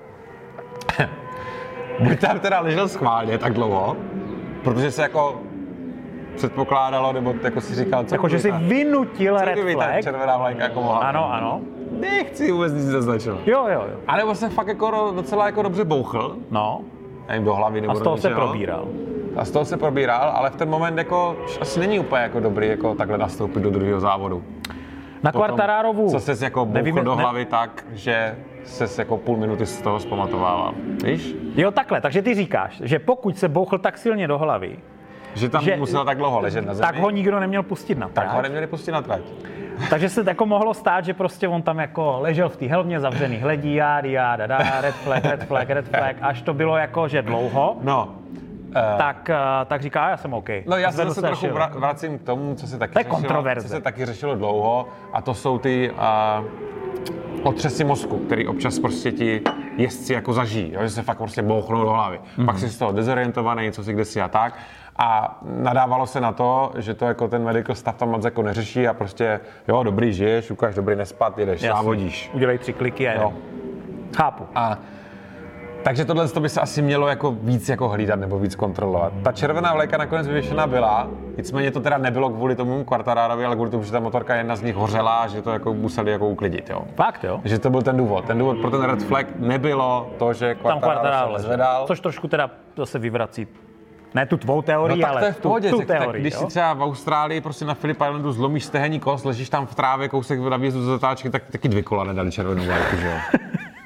A: Buď tam teda ležel schválně tak dlouho, protože se jako předpokládalo, nebo jako si říkal, co
B: jako, že si vynutil red flag.
A: Ta červená vlajka jako mohla.
B: Ano, ano.
A: Nechci vůbec nic zaznačovat.
B: Jo, jo, jo.
A: A nebo se fakt jako docela jako dobře bouchl.
B: No.
A: Nevím, do hlavy nebo
B: a z toho
A: do
B: se
A: ničeho.
B: probíral.
A: A z toho se probíral, ale v ten moment jako asi není úplně jako dobrý jako takhle nastoupit do druhého závodu.
B: Na Quartararovu.
A: Co ses jako bouchl do hlavy ne... tak, že ses jako půl minuty z toho zpamatovával. Víš?
B: Jo, takhle. Takže ty říkáš, že pokud se bouchl tak silně do hlavy,
A: že tam že, musel tak dlouho ležet na zemi,
B: tak ho nikdo neměl pustit na trať.
A: Tak ho neměli pustit na trať.
B: Takže se jako mohlo stát, že prostě on tam jako ležel v té helmě, zavřený hledí, jády, jáda, dá, red flag, red flag, red flag, až to bylo jako, že dlouho.
A: No. Uh,
B: tak, uh, tak říká, já jsem OK.
A: No já se zase trochu vra- vracím k tomu, co se taky
B: to je
A: řešilo,
B: kontroverze.
A: co se taky řešilo dlouho, a to jsou ty uh, otřesy mozku, který občas prostě ti jezdci jako zažijí, jo? Že se fakt prostě bouchnou do hlavy. Mm-hmm. Pak jsi z toho dezorientovaný, co si kde si a tak. A nadávalo se na to, že to jako ten medical staff tam moc jako neřeší a prostě, jo, dobrý, žiješ, ukáž, dobrý, nespat, jedeš,
B: Jasně.
A: závodíš.
B: Udělej tři kliky a jedem. Chápu.
A: A takže tohle to by se asi mělo jako víc jako hlídat nebo víc kontrolovat. Ta červená vlajka nakonec vyvěšená byla, nicméně to teda nebylo kvůli tomu Quartararovi, ale kvůli tomu, že ta motorka jedna z nich hořela, že to jako museli jako uklidit, jo.
B: Fakt, jo?
A: Že to byl ten důvod. Ten důvod pro ten red flag nebylo to, že Quartararo se nezvedal.
B: Což trošku teda zase vyvrací. Ne tu tvou teorii,
A: no,
B: ale
A: to je v pohodě,
B: tu, tu
A: tak,
B: teorii.
A: Tak, když
B: jo?
A: si třeba v Austrálii prostě na Phillip Islandu zlomíš stehenní kost, ležíš tam v trávě, kousek na výjezdu z zatáčky, tak taky dvě kola nedali červenou vlajku, že jo.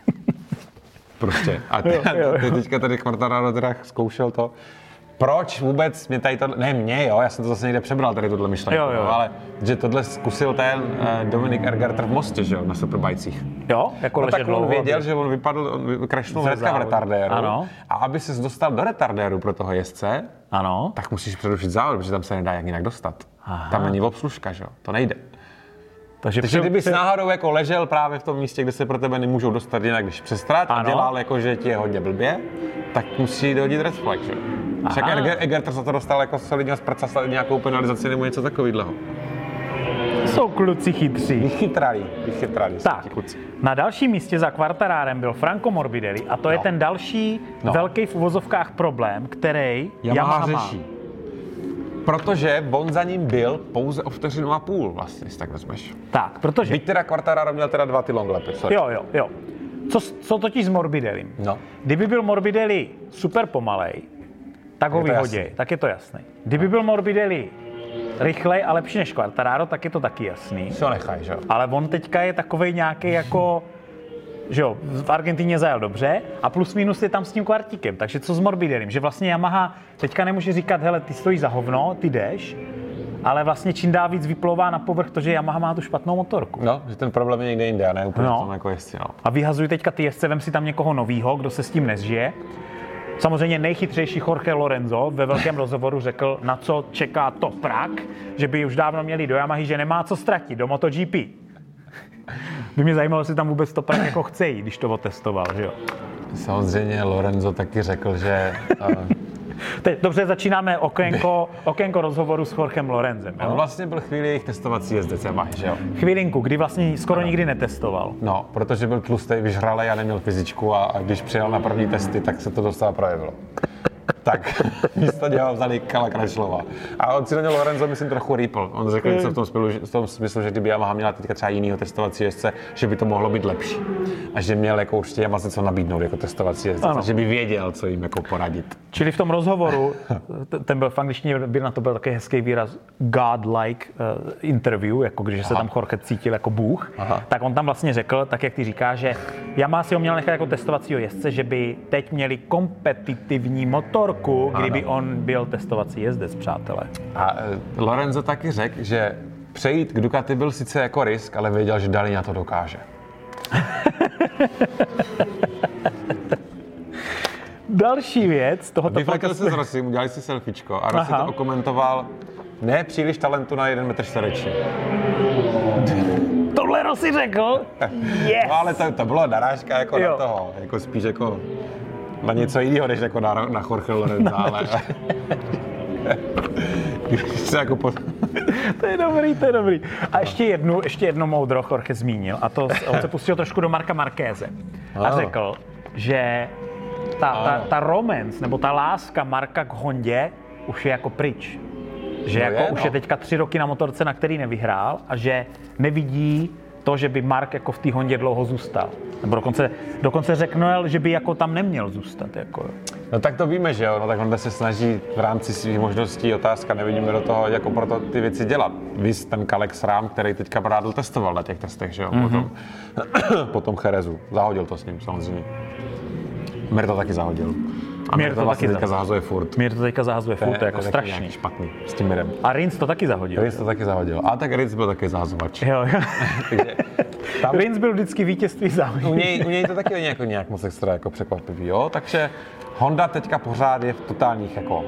A: Prostě. A te, jo, jo, jo. teďka tady Quartararo teda zkoušel to. Proč vůbec mě tady tohle, ne mě, jo, já jsem to zase někde přebral tady tuhle myšlenku, jo, jo. ale že tohle zkusil ten uh, Dominik Egerter v Mostě, že jo, na superbajcích.
B: Jo, jako
A: no,
B: ležet
A: tak
B: dlouho.
A: on věděl, že on vypadl, on crashnul hnedka v retardéru. Ano. A aby ses dostal do retardéru pro toho jezdce,
B: ano.
A: tak musíš přerušit závod, protože tam se nedá jak jinak dostat.
B: Aha.
A: Tam není obslužka, že jo, to nejde.
B: Takže,
A: Takže kdyby jsi náhodou jako ležel právě v tom místě, kde se pro tebe nemůžou dostat jinak, když přestrát a dělal jako, že ti je hodně blbě, tak musí dohodit red flag, že? Však Egerter za to dostal jako solidního z prca nějakou penalizaci nebo něco takového.
B: Jsou kluci chytří.
A: Vychytrali, vychytrali.
B: Tak, na dalším místě za Quartararem byl Franco Morbidelli a to no. je ten další no. velký v uvozovkách problém, který Yamaha, Yamaha řeší.
A: Protože on za ním byl pouze o vteřinu a půl, vlastně, jestli tak vezmeš.
B: Tak, protože...
A: Byť teda Quartararo měl teda dva ty long lapy, sorry.
B: Jo, jo, jo. Co, co totiž s Morbidellim?
A: No.
B: Kdyby byl Morbidelli super pomalej, tak ho vyhodí, tak je to jasný. Kdyby byl Morbidelli rychlej a lepší než Quartararo, tak je to taky jasný.
A: Co nechaj, že jo?
B: Ale on teďka je takovej nějaký jako... že jo, v Argentině zajel dobře a plus minus je tam s tím kvartíkem. Takže co s Morbidellim? Že vlastně Yamaha teďka nemůže říkat, hele, ty stojíš za hovno, ty jdeš, ale vlastně čím dál víc vyplouvá na povrch to, že Yamaha má tu špatnou motorku.
A: No, že ten problém je někde jinde a ne úplně
B: no.
A: v tom jako jezdci, no.
B: A vyhazují teďka ty jezdce, vem si tam někoho novýho, kdo se s tím nezžije. Samozřejmě nejchytřejší Jorge Lorenzo ve velkém rozhovoru řekl, na co čeká Toprak, že by už dávno měli do Yamahy, že nemá co ztratit do MotoGP. By mě zajímalo, jestli tam vůbec Toprak jako chce jít, když to otestoval, že jo?
A: Samozřejmě Lorenzo taky řekl, že... Uh...
B: Teď dobře, začínáme okénko, okénko rozhovoru s Jorgem Lorenzem. Jo?
A: On vlastně byl chvíli jejich testovací jezdec Yamahy, že jo?
B: Chvílinku, kdy vlastně skoro ano. nikdy netestoval.
A: No, protože byl tlustý, vyžralej a neměl fyzičku a, a když přijel na první testy, tak se to dostalo projevilo. Tak místo něho vzali Kala Crutchlova. A on si do něj Lorenzo, myslím, trochu rýpl. On řekl něco v tom, smyslu, v tom smyslu, že kdyby Yamaha měla teďka třeba jinýho testovací jezdce, že by to mohlo být lepší. A že měl jako určitě Yamaha co nabídnout jako testovací jezdce. Že by věděl, co jim jako poradit.
B: Čili v tom rozhovoru, ten byl v angličtině, byl na to byl takový hezký výraz godlike uh, interview, jako když se tam Jorge cítil jako bůh, Aha. tak on tam vlastně řekl, tak jak ty říkáš, že Yamaha si ho měl nechat jako testovacího jezdce, že by teď měli kompetitivní motor, kdyby ano. on byl testovací jezdec, přátelé.
A: A uh, Lorenzo taky řekl, že přejít k Ducati byl sice jako risk, ale věděl, že Dali na to dokáže.
B: Další věc tohoto...
A: Vyfletil se s Rossim, udělali si selfiečko a Rossi to okomentoval, ne příliš talentu na jeden metr čtvereční.
B: Tohle Rossi řekl? Yes!
A: No ale to, to bylo narážka jako jo. na toho, jako spíš jako na něco jiného, než jako na, na Jorge Lorenza, ale... Se jako po...
B: To je dobrý, to je dobrý. A ještě jednu, ještě jedno moudro Jorge zmínil, a to on se pustil trošku do Marka Markéze. A řekl, že ta, ta, ta romance, nebo ta láska Marka k Hondě už je jako pryč. Že no jako je, už no. je teďka tři roky na motorce, na který nevyhrál, a že nevidí to, že by Mark jako v té Hondě dlouho zůstal. Nebo dokonce, dokonce řekl, že by jako tam neměl zůstat. Jako.
A: No tak to víme, že jo, no tak Honda se snaží v rámci svých možností, otázka, nevidíme do toho, jako proto ty věci dělat. Vys ten Kalex Rám, který teďka Brádl testoval na těch testech, že jo, mm-hmm. potom, potom Cherezu. Zahodil to s ním, samozřejmě. Mir to taky zahodil. A Mir to, to vlastně teďka zahazuje furt.
B: Mir to teďka zahazuje furt, to je jako strašný.
A: Špatný s tím Mirem.
B: A Rins to taky zahodil.
A: Rins to taky zahodil. A tak Rins byl taky zahazovač.
B: Jo, jo.
A: Takže tam...
B: Rins byl vždycky vítězství závodí.
A: U něj, u něj to taky nějak, nějak moc extra jako překvapivý, jo. Takže Honda teďka pořád je v totálních jako...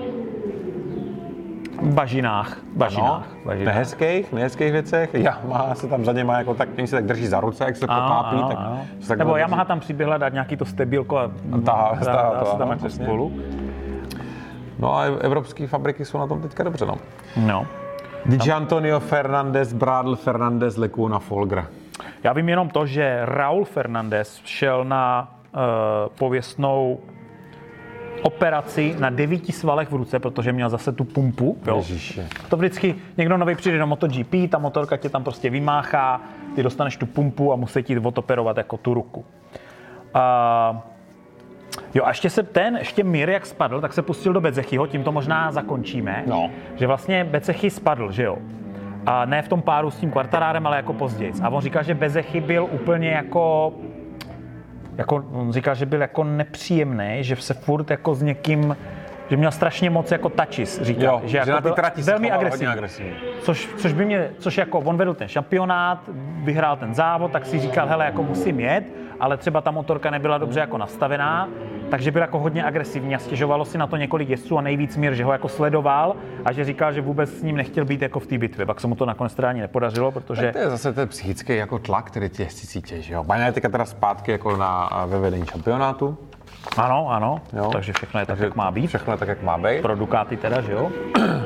B: Bažinách. Bažinách.
A: Ano, bažinách. Nehezkých, nehezkých věcech. Yamaha se tam za něma jako tak, oni se tak drží za ruce, jak se potápí.
B: Ano,
A: tak,
B: ano.
A: tak
B: Nebo Yamaha tam přiběhla dát nějaký to stebílko a
A: tahá se tam
B: ano, jako spolu.
A: No a evropské fabriky jsou na tom teďka dobře, no.
B: No.
A: Di Antonio Fernandez, Brádl, Fernandez, Lecuna, Folger.
B: Já vím jenom to, že Raúl Fernández šel na uh, pověstnou operaci na devíti svalech v ruce, protože měl zase tu pumpu. Jo.
A: Ježiši.
B: To vždycky někdo nový přijde do MotoGP, ta motorka tě tam prostě vymáchá, ty dostaneš tu pumpu a musí ti odoperovat jako tu ruku. Uh, jo a ještě se ten, ještě Mir jak spadl, tak se pustil do Bezechyho, tím to možná zakončíme.
A: No.
B: Že vlastně Bezechy spadl, že jo. A ne v tom páru s tím Quartararem, ale jako později. A on říkal, že Bezechy byl úplně jako... Jako, on říkal, že byl jako nepříjemný, že se furt jako s někým, že měl strašně moc jako touches, říkal,
A: jo,
B: že,
A: že
B: jako
A: na ty
B: byl
A: trati
B: velmi
A: agresivní.
B: agresivní. Což, což by mě, což jako on vedl ten šampionát, vyhrál ten závod, tak si říkal, hele, jako musím jet, ale třeba ta motorka nebyla dobře jako nastavená, takže byl jako hodně agresivní a stěžovalo si na to několik jezdců a nejvíc Mir, že ho jako sledoval a že říkal, že vůbec s ním nechtěl být jako v té bitvě. Pak se mu to nakonec teda ani nepodařilo, protože...
A: Tak to je zase ten psychický jako tlak, který ty jezdci cítí, že jo. Baňa je teďka teda zpátky jako na ve vedení šampionátu.
B: Ano, ano,
A: jo.
B: Takže všechno je tak,
A: takže
B: jak má být.
A: Všechno je tak, jak má být.
B: Pro Ducati teda, že jo.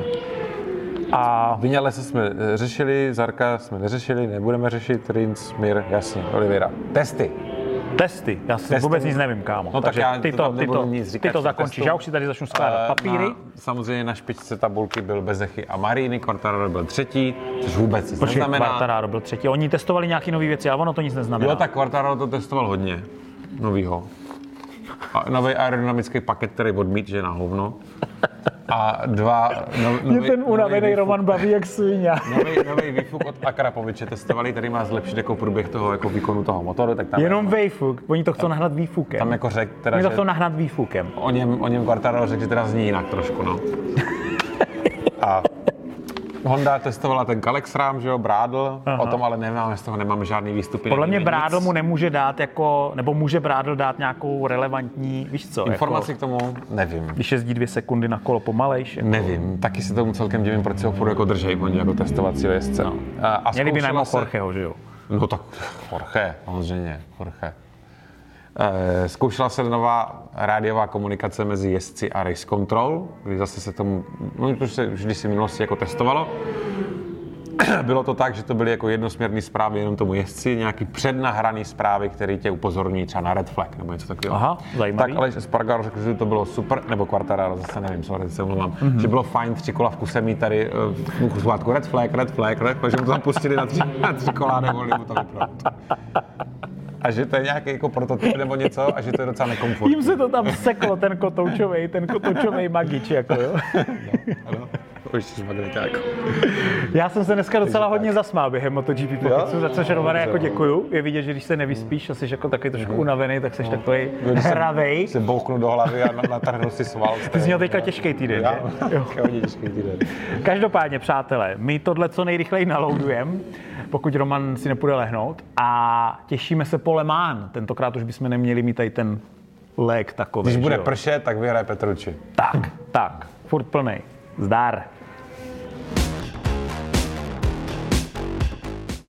B: A
A: Vinales jsme řešili, Zarka jsme neřešili, nebudeme řešit, Rins, Mir, jasně, Oliveira. Testy.
B: Testy, já si vůbec nic nevím, kámo.
A: No
B: takže
A: tak já
B: ty to, ty to,
A: nic říkat,
B: ty to zakončíš, já už si tady začnu skládat papíry.
A: Na, samozřejmě na špičce tabulky byl Bezechy a Marini, Quartararo byl třetí, což vůbec nic
B: Počkej,
A: neznamená.
B: Quartararo byl třetí, oni testovali nějaké nové věci, ale ono to nic neznamená.
A: Jo, tak Quartararo to testoval hodně, novýho. A nový aerodynamický paket, který odmít, že je na hovno. A dva... No,
B: Mě ten unavený Roman baví jak svině.
A: Nový, nový výfuk od Akrapoviče testovali, který má zlepšit jako průběh toho jako výkonu toho motoru. Tak tam
B: jenom
A: jako,
B: výfuk, oni to chcou nahnat výfukem.
A: Tam jako řek, teda,
B: oni to
A: že
B: chcou nahnat výfukem.
A: O něm, o něm Quartararo řekl, že teda zní jinak trošku, no. A Honda testovala ten Kalex Rám, že jo, Brádl, aha. O tom ale nemáme, z toho nemáme žádný výstupy.
B: Podle mě Brádl mu nemůže dát jako, nebo může Brádl dát nějakou relevantní, víš co?
A: Informaci
B: jako,
A: k tomu nevím.
B: Když jezdí dvě sekundy na kolo pomalejš. Jako.
A: Nevím, taky se tomu celkem divím, proč se ho furt jako držej, oni jako testovacího jezdce. No. A, a
B: měli by najmout Jorgeho, že jo?
A: No tak Jorge, samozřejmě, Jorge. E, zkoušela se nová rádiová komunikace mezi jezdci a race control, kdy zase se tomu, no, protože se vždy si v minulosti jako testovalo. Bylo to tak, že to byly jako jednosměrné zprávy jenom tomu jezdci, nějaký přednahraný zprávy, které tě upozorní třeba na red flag nebo něco takového.
B: Aha, zajímavý.
A: Tak Aleš Espargaro řekl, že to bylo super, nebo Quartararo, zase nevím, sorry, se omlouvám, mm-hmm. že bylo fajn tři kola v kuse mít tady v křuvátku red flag, red flag, red flag, že mu to tam pustili na tři, na tři kola, nemohli mu to vypnout. A že to je nějaký jako prototyp nebo něco a že to je docela nekomfortní.
B: Jím se to tam seklo, ten kotoučovej, ten kotoučovej magič, jako jo.
A: No, ano. Jako.
B: Já jsem se dneska docela hodně zasmál během MotoGP popisu, za což Romane jako děkuju. Je vidět, že když se nevyspíš a jsi jako takový trošku unavený, tak jsi no. takový hravej.
A: Se bouchnu do hlavy a natrhnu si sval.
B: Ty jsi měl teďka těžký týden,
A: já,
B: že?
A: Jo, hodně těžký týden.
B: Každopádně, přátelé, my tohle co nejrychleji naloudujeme, pokud Roman si nepůjde lehnout a těšíme se po Le Mans. Tentokrát už bychom neměli mít tady ten lék takový.
A: Když bude pršet, tak vyhraje Petrucci.
B: Tak, tak, furt plnej. Zdar.